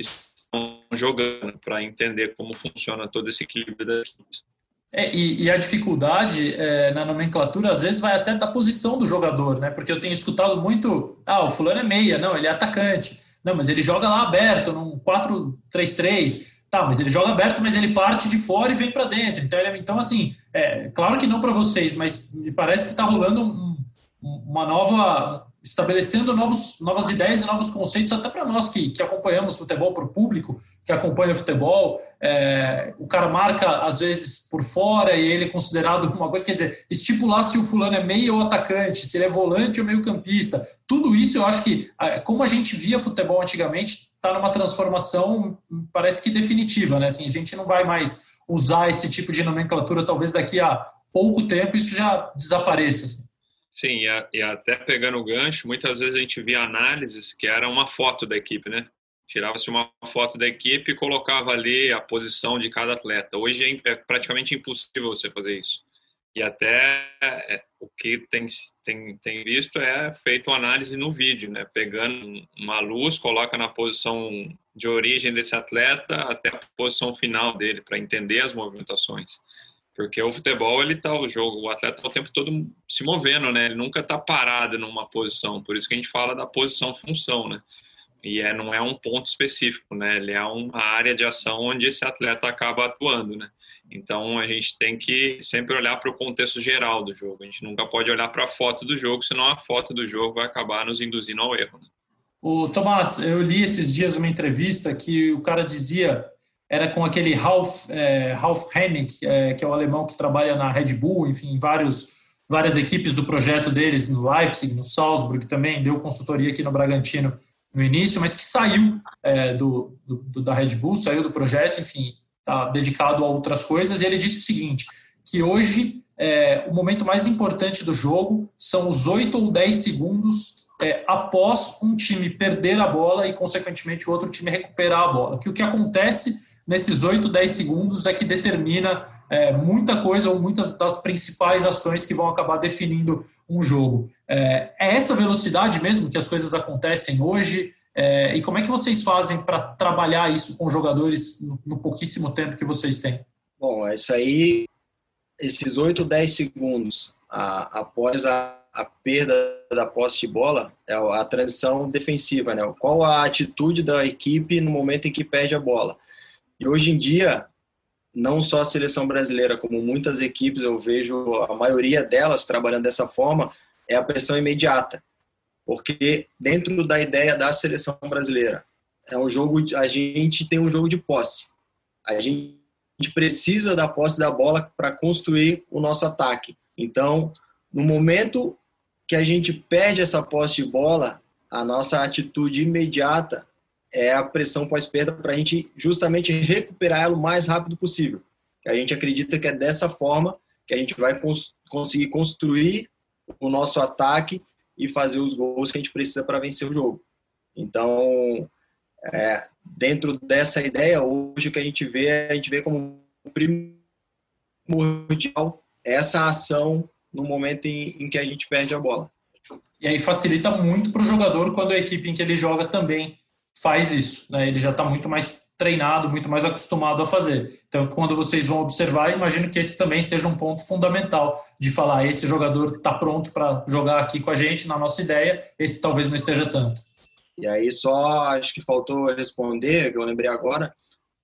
estão jogando, para entender como funciona todo esse equilíbrio das equipes. É, e, e a dificuldade é, na nomenclatura, às vezes, vai até da posição do jogador, né? Porque eu tenho escutado muito, ah, o fulano é meia, não, ele é atacante. Não, mas ele joga lá aberto, num quatro três três. Tá, mas ele joga aberto, mas ele parte de fora e vem para dentro. Então, ele, então assim, é, claro que não para vocês, mas me parece que está rolando um, uma nova... estabelecendo novos, novas ideias e novos conceitos até para nós que, que acompanhamos futebol, para o público que acompanha o futebol. É, o cara marca, às vezes, por fora e ele é considerado uma coisa, quer dizer, estipular se o fulano é meia ou atacante, se ele é volante ou meio campista. Tudo isso eu acho que, como a gente via futebol antigamente, está numa transformação, parece que definitiva, né? Assim, a gente não vai mais usar esse tipo de nomenclatura, talvez daqui a pouco tempo isso já desapareça. Assim. Sim, e, a, e até pegando o gancho, muitas vezes a gente via análises que era uma foto da equipe, né? Tirava-se uma foto da equipe e colocava ali a posição de cada atleta. Hoje é, é praticamente impossível você fazer isso. E até é, o que tem, tem, tem visto é feito uma análise no vídeo, né? Pegando uma luz, coloca na posição de origem desse atleta até a posição final dele, para entender as movimentações. Porque o futebol, ele tá o jogo, o atleta tá o tempo todo se movendo, né? Ele nunca tá parado numa posição. Por isso que a gente fala da posição-função, né? E é, não é um ponto específico, né? Ele é uma área de ação onde esse atleta acaba atuando, né? Então, a gente tem que sempre olhar para o contexto geral do jogo. A gente nunca pode olhar para a foto do jogo, senão a foto do jogo vai acabar nos induzindo ao erro, né? O Tomás, eu li esses dias uma entrevista que o cara dizia, era com aquele Ralf, é, Ralf Hennig, é, que é o alemão que trabalha na Red Bull, enfim, vários, várias equipes do projeto deles no Leipzig, no Salzburg, também deu consultoria aqui no Bragantino no início, mas que saiu é, do, do, da Red Bull, saiu do projeto, enfim, está dedicado a outras coisas, e ele disse o seguinte, que hoje é, o momento mais importante do jogo são os oito ou dez segundos é, após um time perder a bola e, consequentemente, o outro time recuperar a bola. Que o que acontece nesses oito, dez segundos é que determina é, muita coisa ou muitas das principais ações que vão acabar definindo um jogo. É, é essa velocidade mesmo que as coisas acontecem hoje? É, e como é que vocês fazem para trabalhar isso com jogadores no, no pouquíssimo tempo que vocês têm? Bom, isso aí, esses oito, dez segundos a, após a, a perda da posse de bola, é a transição defensiva, né? Qual a atitude da equipe no momento em que perde a bola? E hoje em dia, não só a seleção brasileira, como muitas equipes, eu vejo a maioria delas trabalhando dessa forma, é a pressão imediata. Porque dentro da ideia da seleção brasileira, é um jogo, a gente tem um jogo de posse. A gente precisa da posse da bola para construir o nosso ataque. Então, no momento que a gente perde essa posse de bola, a nossa atitude imediata é a pressão pós-perda para a gente justamente recuperar ela o mais rápido possível. A gente acredita que é dessa forma que a gente vai cons- conseguir construir o nosso ataque e fazer os gols que a gente precisa para vencer o jogo. Então, é, dentro dessa ideia, hoje o que a gente vê, a gente vê como primordial essa ação no momento em, em que a gente perde a bola. E aí facilita muito para o jogador quando a equipe em que ele joga também faz isso, né? Ele já está muito mais treinado, muito mais acostumado a fazer. Então, quando vocês vão observar, imagino que esse também seja um ponto fundamental de falar, esse jogador está pronto para jogar aqui com a gente, na nossa ideia, esse talvez não esteja tanto. E aí só, acho que faltou responder, que eu lembrei agora,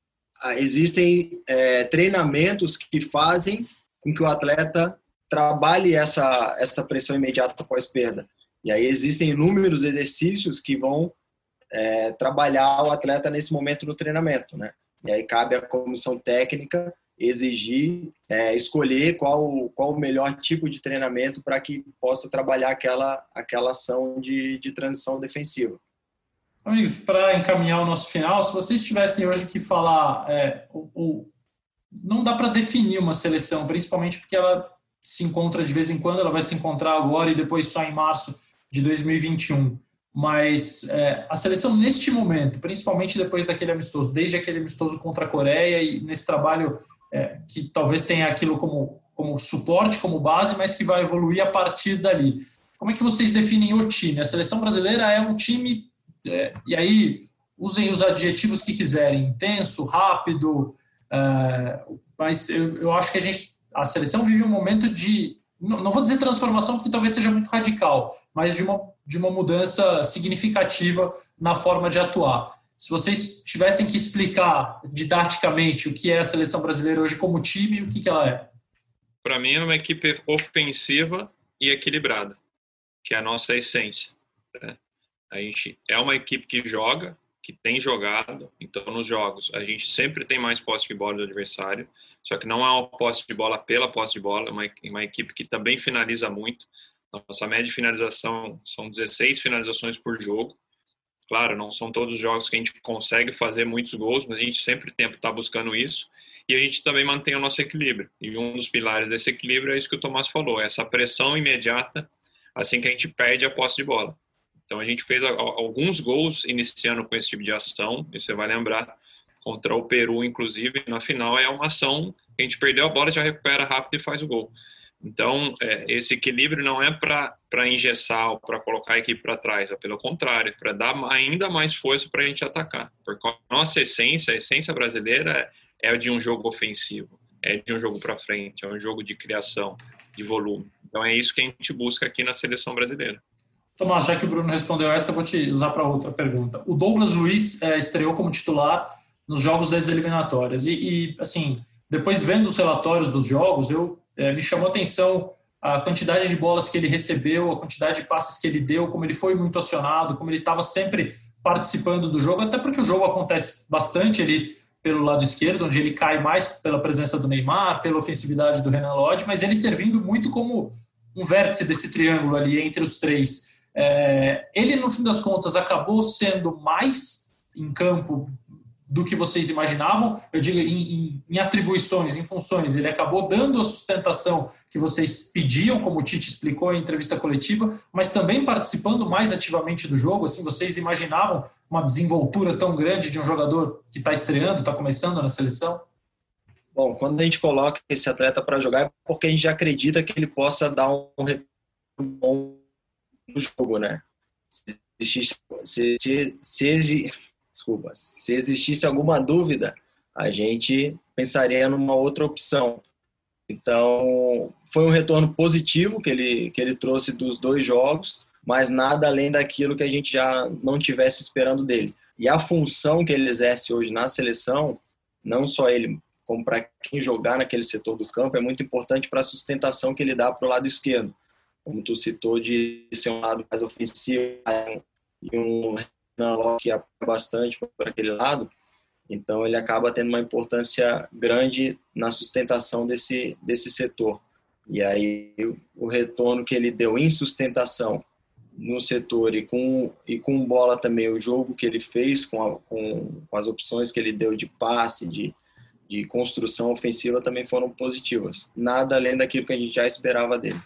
existem é, treinamentos que fazem com que o atleta trabalhe essa, essa pressão imediata após perda. E aí existem inúmeros exercícios que vão É, trabalhar o atleta nesse momento no treinamento, né? E aí cabe à comissão técnica exigir, é, escolher qual, qual o melhor tipo de treinamento para que possa trabalhar aquela, aquela ação de, de transição defensiva. Amigos, para encaminhar o nosso final, se vocês tivessem hoje que falar, é, o, o, não dá para definir uma seleção, principalmente porque ela se encontra de vez em quando, ela vai se encontrar agora e depois só em março de dois mil e vinte e um. Mas é, a seleção neste momento, principalmente depois daquele amistoso, desde aquele amistoso contra a Coreia e nesse trabalho é, que talvez tenha aquilo como, como suporte, como base, mas que vai evoluir a partir dali. Como é que vocês definem o time? A seleção brasileira é um time, é, e aí usem os adjetivos que quiserem, intenso, rápido, é, mas eu, eu acho que a gente, a seleção vive um momento de, não, não vou dizer transformação porque talvez seja muito radical, mas de uma de uma mudança significativa na forma de atuar. Se vocês tivessem que explicar didaticamente o que é a seleção brasileira hoje como time e o que, que ela é. Para mim é uma equipe ofensiva e equilibrada, que é a nossa essência, né? A gente é uma equipe que joga, que tem jogado, então nos jogos a gente sempre tem mais posse de bola do adversário, só que não é uma posse de bola pela posse de bola, é uma, uma equipe que também finaliza muito. Nossa média de finalização são dezesseis finalizações por jogo. Claro, não são todos os jogos que a gente consegue fazer muitos gols, mas a gente sempre tenta estar buscando isso. E a gente também mantém o nosso equilíbrio. E um dos pilares desse equilíbrio é isso que o Tomás falou, essa pressão imediata assim que a gente perde a posse de bola. Então a gente fez alguns gols iniciando com esse tipo de ação, e você vai lembrar, contra o Peru, inclusive, na final é uma ação que a gente perdeu a bola, já recupera rápido e faz o gol. Então, é, esse equilíbrio não é para engessar ou para colocar a equipe para trás, é pelo contrário, para dar ainda mais força para a gente atacar. Porque a nossa essência, a essência brasileira é de um jogo ofensivo, é de um jogo para frente, é um jogo de criação, de volume. Então, é isso que a gente busca aqui na seleção brasileira. Tomás, já que o Bruno respondeu essa, eu vou te usar para outra pergunta. O Douglas Luiz é, estreou como titular nos jogos das eliminatórias e, e, assim, depois vendo os relatórios dos jogos, eu É, me chamou a atenção a quantidade de bolas que ele recebeu, a quantidade de passes que ele deu, como ele foi muito acionado, como ele estava sempre participando do jogo, até porque o jogo acontece bastante ali pelo lado esquerdo, onde ele cai mais pela presença do Neymar, pela ofensividade do Renan Lodge, mas ele servindo muito como um vértice desse triângulo ali entre os três. É, ele, no fim das contas, acabou sendo mais em campo do que vocês imaginavam, eu digo em, em, em atribuições, em funções, ele acabou dando a sustentação que vocês pediam, como o Tite explicou em entrevista coletiva, mas também participando mais ativamente do jogo, assim, vocês imaginavam uma desenvoltura tão grande de um jogador que está estreando, está começando na seleção? Bom, quando a gente coloca esse atleta para jogar é porque a gente já acredita que ele possa dar um retorno bom no jogo, né? Se existisse, se, se, se, Desculpa, se existisse alguma dúvida, a gente pensaria numa outra opção. Então, foi um retorno positivo que ele, que ele trouxe dos dois jogos, mas nada além daquilo que a gente já não tivesse esperando dele. E a função que ele exerce hoje na seleção, não só ele, como para quem jogar naquele setor do campo, é muito importante para a sustentação que ele dá para o lado esquerdo. Como tu citou, de ser um lado mais ofensivo e um que apoia bastante por aquele lado, então ele acaba tendo uma importância grande na sustentação desse, desse setor. E aí o retorno que ele deu em sustentação no setor e com, e com bola também, o jogo que ele fez com, a, com, com as opções que ele deu de passe, de, de construção ofensiva também foram positivas. Nada além daquilo que a gente já esperava dele.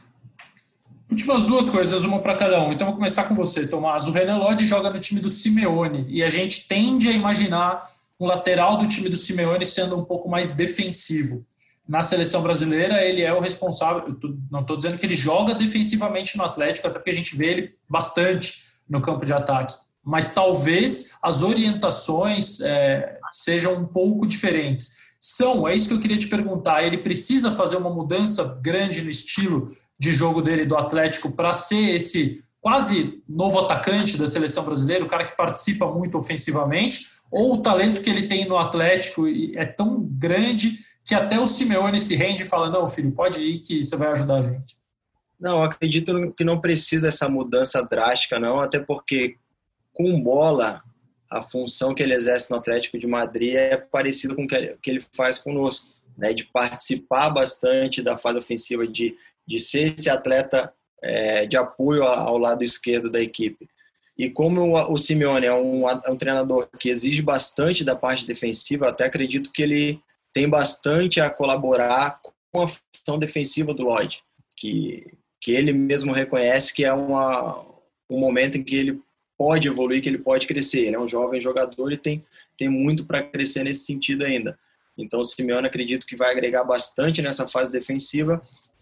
Últimas duas coisas, uma para cada um. Então vou começar com você, Tomás. O Renan Lodge joga no time do Simeone e a gente tende a imaginar um lateral do time do Simeone sendo um pouco mais defensivo. Na seleção brasileira, ele é o responsável, eu tô, não estou dizendo que ele joga defensivamente no Atlético, até porque a gente vê ele bastante no campo de ataque, mas talvez as orientações é, sejam um pouco diferentes. São, é isso que eu queria te perguntar, ele precisa fazer uma mudança grande no estilo de jogo dele do Atlético para ser esse quase novo atacante da seleção brasileira, o cara que participa muito ofensivamente, ou o talento que ele tem no Atlético é tão grande que até o Simeone se rende e fala, não, filho, pode ir que você vai ajudar a gente? Não, acredito que não precisa essa mudança drástica, não, até porque com bola, a função que ele exerce no Atlético de Madrid é parecida com o que ele faz conosco, né, de participar bastante da fase ofensiva, de, de ser esse atleta é, de apoio ao lado esquerdo da equipe. E como o, o Simeone é um, é um treinador que exige bastante da parte defensiva, até acredito que ele tem bastante a colaborar com a função defensiva do Lodge, que, que ele mesmo reconhece que é uma, um momento em que ele pode evoluir, que ele pode crescer. Ele é um jovem jogador e tem, tem muito para crescer nesse sentido ainda. Então o Simeone acredito que vai agregar bastante nessa fase defensiva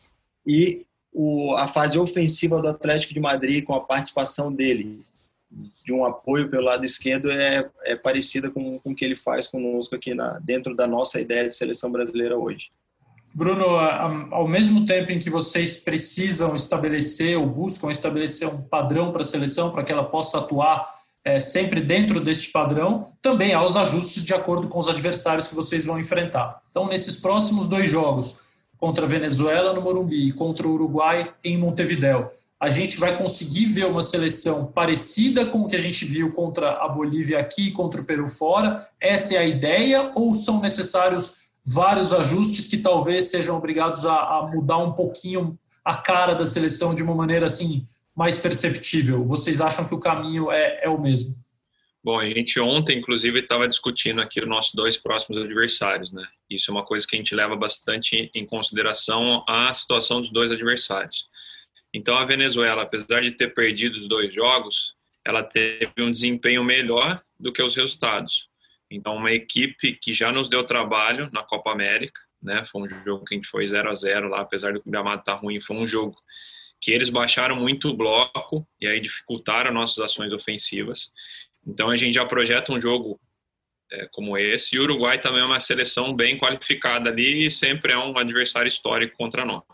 e o, a fase ofensiva do Atlético de Madrid, com a participação dele, de um apoio pelo lado esquerdo, é, é parecida com, com o que ele faz conosco aqui na, dentro da nossa ideia de seleção brasileira hoje. Bruno, ao mesmo tempo em que vocês precisam estabelecer ou buscam estabelecer um padrão para a seleção, para que ela possa atuar é, sempre dentro deste padrão, também há os ajustes de acordo com os adversários que vocês vão enfrentar. Então, nesses próximos dois jogos, contra a Venezuela no Morumbi e contra o Uruguai em Montevidéu, a gente vai conseguir ver uma seleção parecida com o que a gente viu contra a Bolívia aqui e contra o Peru fora? Essa é a ideia ou são necessários vários ajustes que talvez sejam obrigados a, a mudar um pouquinho a cara da seleção de uma maneira assim mais perceptível? Vocês acham que o caminho é, é o mesmo? Bom, a gente ontem, inclusive, estava discutindo aqui os nossos dois próximos adversários, né? Isso é uma coisa que a gente leva bastante em consideração a situação dos dois adversários. Então, a Venezuela, apesar de ter perdido os dois jogos, ela teve um desempenho melhor do que os resultados. Então, uma equipe que já nos deu trabalho na Copa América, né? Foi um jogo que a gente foi zero a zero lá, apesar do gramado estar ruim, foi um jogo que eles baixaram muito o bloco e aí dificultaram nossas ações ofensivas. Então, a gente já projeta um jogo é, como esse. E o Uruguai também é uma seleção bem qualificada ali e sempre é um adversário histórico contra nós.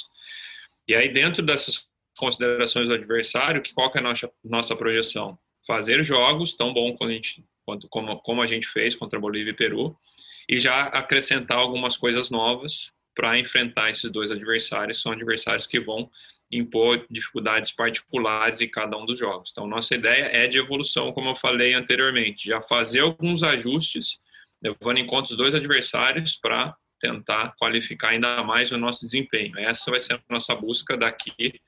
E aí, dentro dessas considerações do adversário, que qual que é a nossa, nossa projeção? Fazer jogos tão bons quanto a gente, quanto, como, como a gente fez contra Bolívia e Peru, e já acrescentar algumas coisas novas para enfrentar esses dois adversários. São adversários que vão impor dificuldades particulares em cada um dos jogos. Então, nossa ideia é de evolução, como eu falei anteriormente, já fazer alguns ajustes, levando em conta os dois adversários para tentar qualificar ainda mais o nosso desempenho. Essa vai ser a nossa busca daqui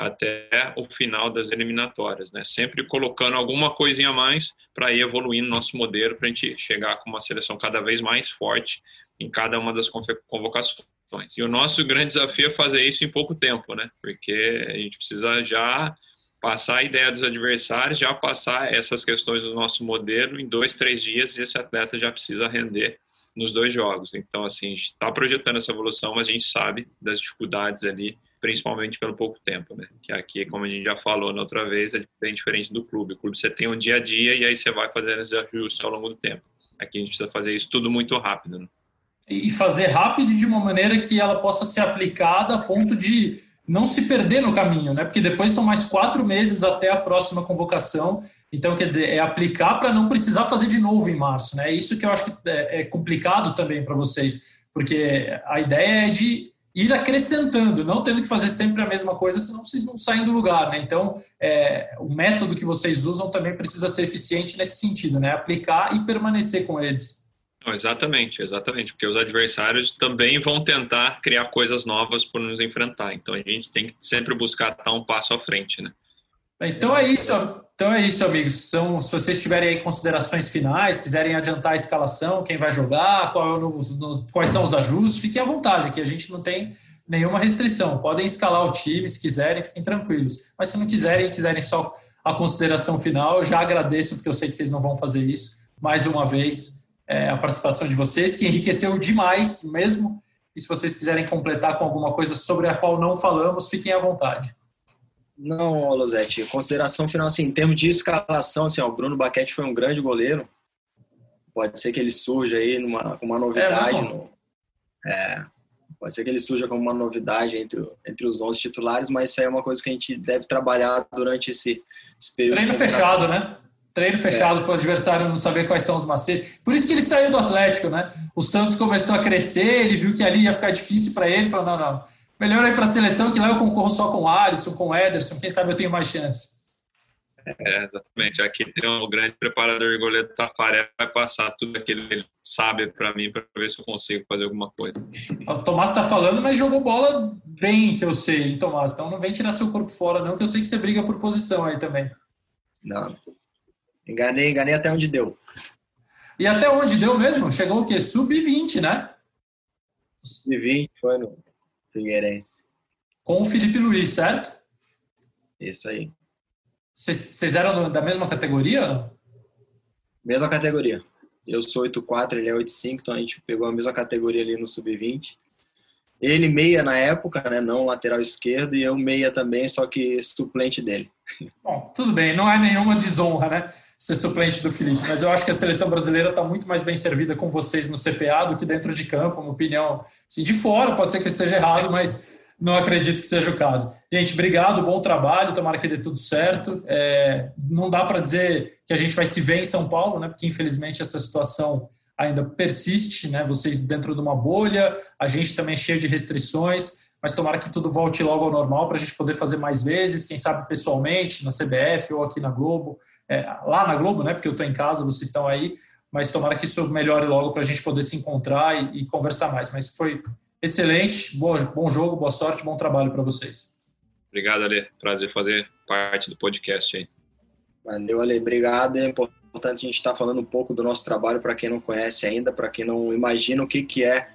até o final das eliminatórias, né? Sempre colocando alguma coisinha a mais para ir evoluindo nosso modelo, para a gente chegar com uma seleção cada vez mais forte em cada uma das convocações. E o nosso grande desafio é fazer isso em pouco tempo, né? Porque a gente precisa já passar a ideia dos adversários, já passar essas questões do nosso modelo em dois, três dias, e esse atleta já precisa render nos dois jogos. Então, assim, a gente está projetando essa evolução, mas a gente sabe das dificuldades ali, principalmente pelo pouco tempo, né? Que aqui, como a gente já falou na outra vez, é bem diferente do clube. O clube você tem um dia a dia e aí você vai fazendo esses ajustes ao longo do tempo. Aqui a gente precisa fazer isso tudo muito rápido, né? E fazer rápido de uma maneira que ela possa ser aplicada a ponto de não se perder no caminho, né? Porque depois são mais quatro meses até a próxima convocação. Então, quer dizer, é aplicar para não precisar fazer de novo em março, né? Isso que eu acho que é complicado também para vocês, porque a ideia é de ir acrescentando, não tendo que fazer sempre a mesma coisa, senão vocês não saem do lugar, né? Então, é, o método que vocês usam também precisa ser eficiente nesse sentido, né? Aplicar e permanecer com eles. Exatamente, exatamente, porque os adversários também vão tentar criar coisas novas por nos enfrentar, então a gente tem que sempre buscar estar um passo à frente, né? Então é isso, então é isso, amigos. São, se vocês tiverem aí considerações finais, quiserem adiantar a escalação, quem vai jogar, qual, no, no, quais são os ajustes, fiquem à vontade, que a gente não tem nenhuma restrição. Podem escalar o time, se quiserem, fiquem tranquilos. Mas se não quiserem, quiserem só a consideração final, eu já agradeço, porque eu sei que vocês não vão fazer isso. Mais uma vez, é, a participação de vocês, que enriqueceu demais mesmo. E se vocês quiserem completar com alguma coisa sobre a qual não falamos, fiquem à vontade. Não, Losetti, consideração final, assim, em termos de escalação, assim, ó, o Bruno Baquete foi um grande goleiro, pode ser que ele surja aí numa, com uma novidade, é, no, é, pode ser que ele surja como uma novidade entre, entre os onze titulares, mas isso aí é uma coisa que a gente deve trabalhar durante esse, esse período. Treino fechado, né? Treino fechado é. Para o adversário não saber quais são os macetes. Por isso que ele saiu do Atlético, né? O Santos começou a crescer, ele viu que ali ia ficar difícil para ele, falou, não, não. Melhor ir para a seleção, que lá eu concorro só com o Alisson, com o Ederson, quem sabe eu tenho mais chance. É, exatamente. Aqui tem um grande preparador de goleiro, Tafarel, vai passar tudo aquilo que ele sabe para mim, para ver se eu consigo fazer alguma coisa. O Tomás está falando, mas jogou bola bem, que eu sei, hein, Tomás? Então não vem tirar seu corpo fora, não, que eu sei que você briga por posição aí também. Não, enganei, enganei até onde deu. E até onde deu mesmo? Chegou o quê? sub vinte, né? sub vinte, foi no Figueirense. Com o Felipe Luiz, certo? Isso aí. Vocês eram da mesma categoria ou não? Mesma categoria. Eu sou oito quatro, ele é oito cinco, então a gente pegou a mesma categoria ali no sub vinte. Ele meia na época, né? Não lateral esquerdo, e eu meia também, só que suplente dele. Bom, tudo bem, não é nenhuma desonra, né? Ser suplente do Felipe, mas eu acho que a seleção brasileira está muito mais bem servida com vocês no C P A do que dentro de campo, uma opinião assim, de fora, pode ser que eu esteja errado, mas não acredito que seja o caso. Gente, obrigado, bom trabalho, tomara que dê tudo certo. É, não dá para dizer que a gente vai se ver em São Paulo, né? Porque infelizmente essa situação ainda persiste, né? Vocês dentro de uma bolha, a gente também cheio de restrições, mas tomara que tudo volte logo ao normal para a gente poder fazer mais vezes, quem sabe pessoalmente, na C B F ou aqui na Globo, é, lá na Globo, né, porque eu estou em casa, vocês estão aí, mas tomara que isso melhore logo para a gente poder se encontrar e, e conversar mais. Mas foi excelente, boa, bom jogo, boa sorte, bom trabalho para vocês. Obrigado, Ale, prazer fazer parte do podcast aí. Valeu, Ale, obrigado. É importante a gente estar falando um pouco do nosso trabalho para quem não conhece ainda, para quem não imagina o que, que é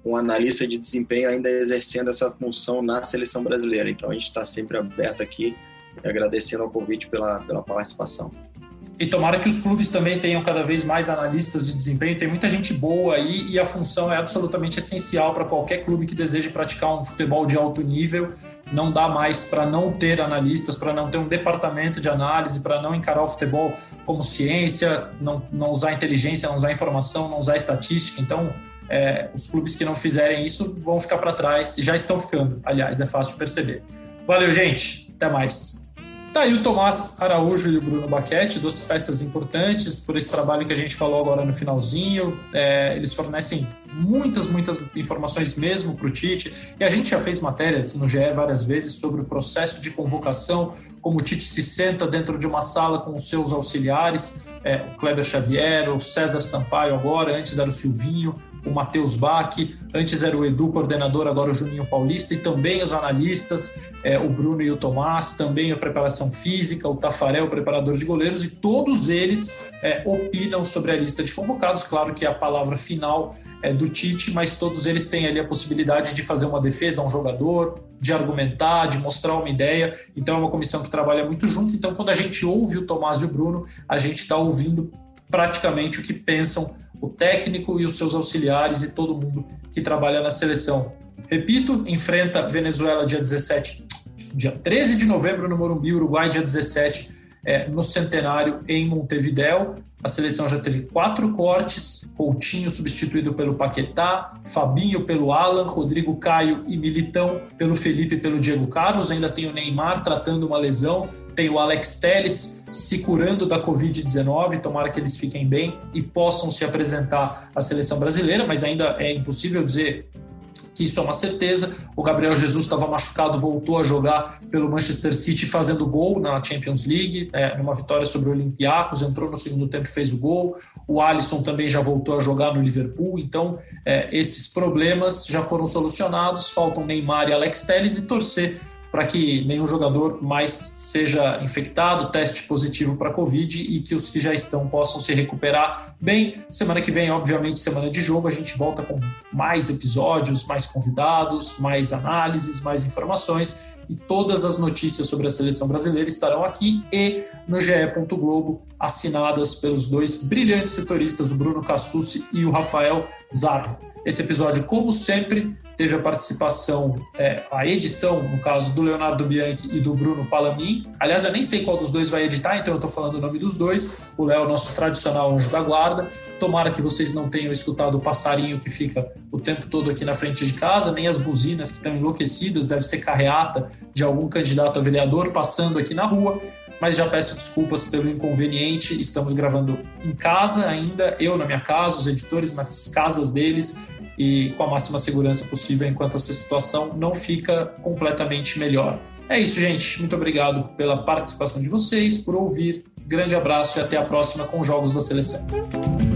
um analista de desempenho ainda exercendo essa função na seleção brasileira. Então a gente está sempre aberto aqui e agradecendo ao convite pela, pela participação. E tomara que os clubes também tenham cada vez mais analistas de desempenho. Tem muita gente boa aí e a função é absolutamente essencial para qualquer clube que deseje praticar um futebol de alto nível. Não dá mais para não ter analistas, para não ter um departamento de análise, para não encarar o futebol como ciência, não, não usar inteligência, não usar informação, não usar estatística. Então, é, os clubes que não fizerem isso vão ficar para trás, e já estão ficando, aliás, é fácil perceber. Valeu, gente. Até mais. Tá aí o Tomás Araújo e o Bruno Baquete, duas peças importantes por esse trabalho que a gente falou agora no finalzinho. É, eles fornecem muitas, muitas informações mesmo para o Tite. E a gente já fez matérias no G E várias vezes sobre o processo de convocação, como o Tite se senta dentro de uma sala com os seus auxiliares, é, o Kleber Xavier, o César Sampaio agora, antes era o Silvinho, o Matheus Bach, antes era o Edu, coordenador, agora o Juninho Paulista, e também os analistas, é, o Bruno e o Tomás, também a preparação física, o Tafarel, o preparador de goleiros, e todos eles é, opinam sobre a lista de convocados. Claro que a palavra final é do Tite, mas todos eles têm ali a possibilidade de fazer uma defesa a um jogador, de argumentar, de mostrar uma ideia. Então é uma comissão que trabalha muito junto. Então quando a gente ouve o Tomás e o Bruno, a gente está ouvindo praticamente o que pensam o técnico e os seus auxiliares e todo mundo que trabalha na seleção. Repito, enfrenta Venezuela dia dezessete, dia treze de novembro no Morumbi, Uruguai dia dezessete é, no Centenário em Montevidéu. A seleção já teve quatro cortes: Coutinho substituído pelo Paquetá, Fabinho pelo Alan, Rodrigo Caio e Militão pelo Felipe e pelo Diego Carlos. Ainda tem o Neymar tratando uma lesão, tem o Alex Telles se curando da covid dezenove, tomara que eles fiquem bem e possam se apresentar à seleção brasileira, mas ainda é impossível dizer que isso é uma certeza. O Gabriel Jesus estava machucado, voltou a jogar pelo Manchester City fazendo gol na Champions League, é, numa vitória sobre o Olympiacos, entrou no segundo tempo e fez o gol. O Alisson também já voltou a jogar no Liverpool, então é, esses problemas já foram solucionados, faltam Neymar e Alex Telles, e torcer para que nenhum jogador mais seja infectado, teste positivo para Covid, e que os que já estão possam se recuperar bem. Semana que vem, obviamente, semana de jogo, a gente volta com mais episódios, mais convidados, mais análises, mais informações, e todas as notícias sobre a seleção brasileira estarão aqui e no G E Globo, assinadas pelos dois brilhantes setoristas, o Bruno Cassucci e o Rafael Zarco. Esse episódio, como sempre, teve a participação, é, a edição, no caso, do Leonardo Bianchi e do Bruno Palamin. Aliás, eu nem sei qual dos dois vai editar, então eu estou falando o nome dos dois. O Léo é o nosso tradicional anjo da guarda. Tomara que vocês não tenham escutado o passarinho que fica o tempo todo aqui na frente de casa, nem as buzinas que estão enlouquecidas, deve ser carreata de algum candidato a vereador passando aqui na rua. Mas já peço desculpas pelo inconveniente. Estamos gravando em casa ainda, eu na minha casa, os editores nas casas deles, e com a máxima segurança possível enquanto essa situação não fica completamente melhor. É isso, gente. Muito obrigado pela participação de vocês, por ouvir. Grande abraço e até a próxima com os Jogos da Seleção.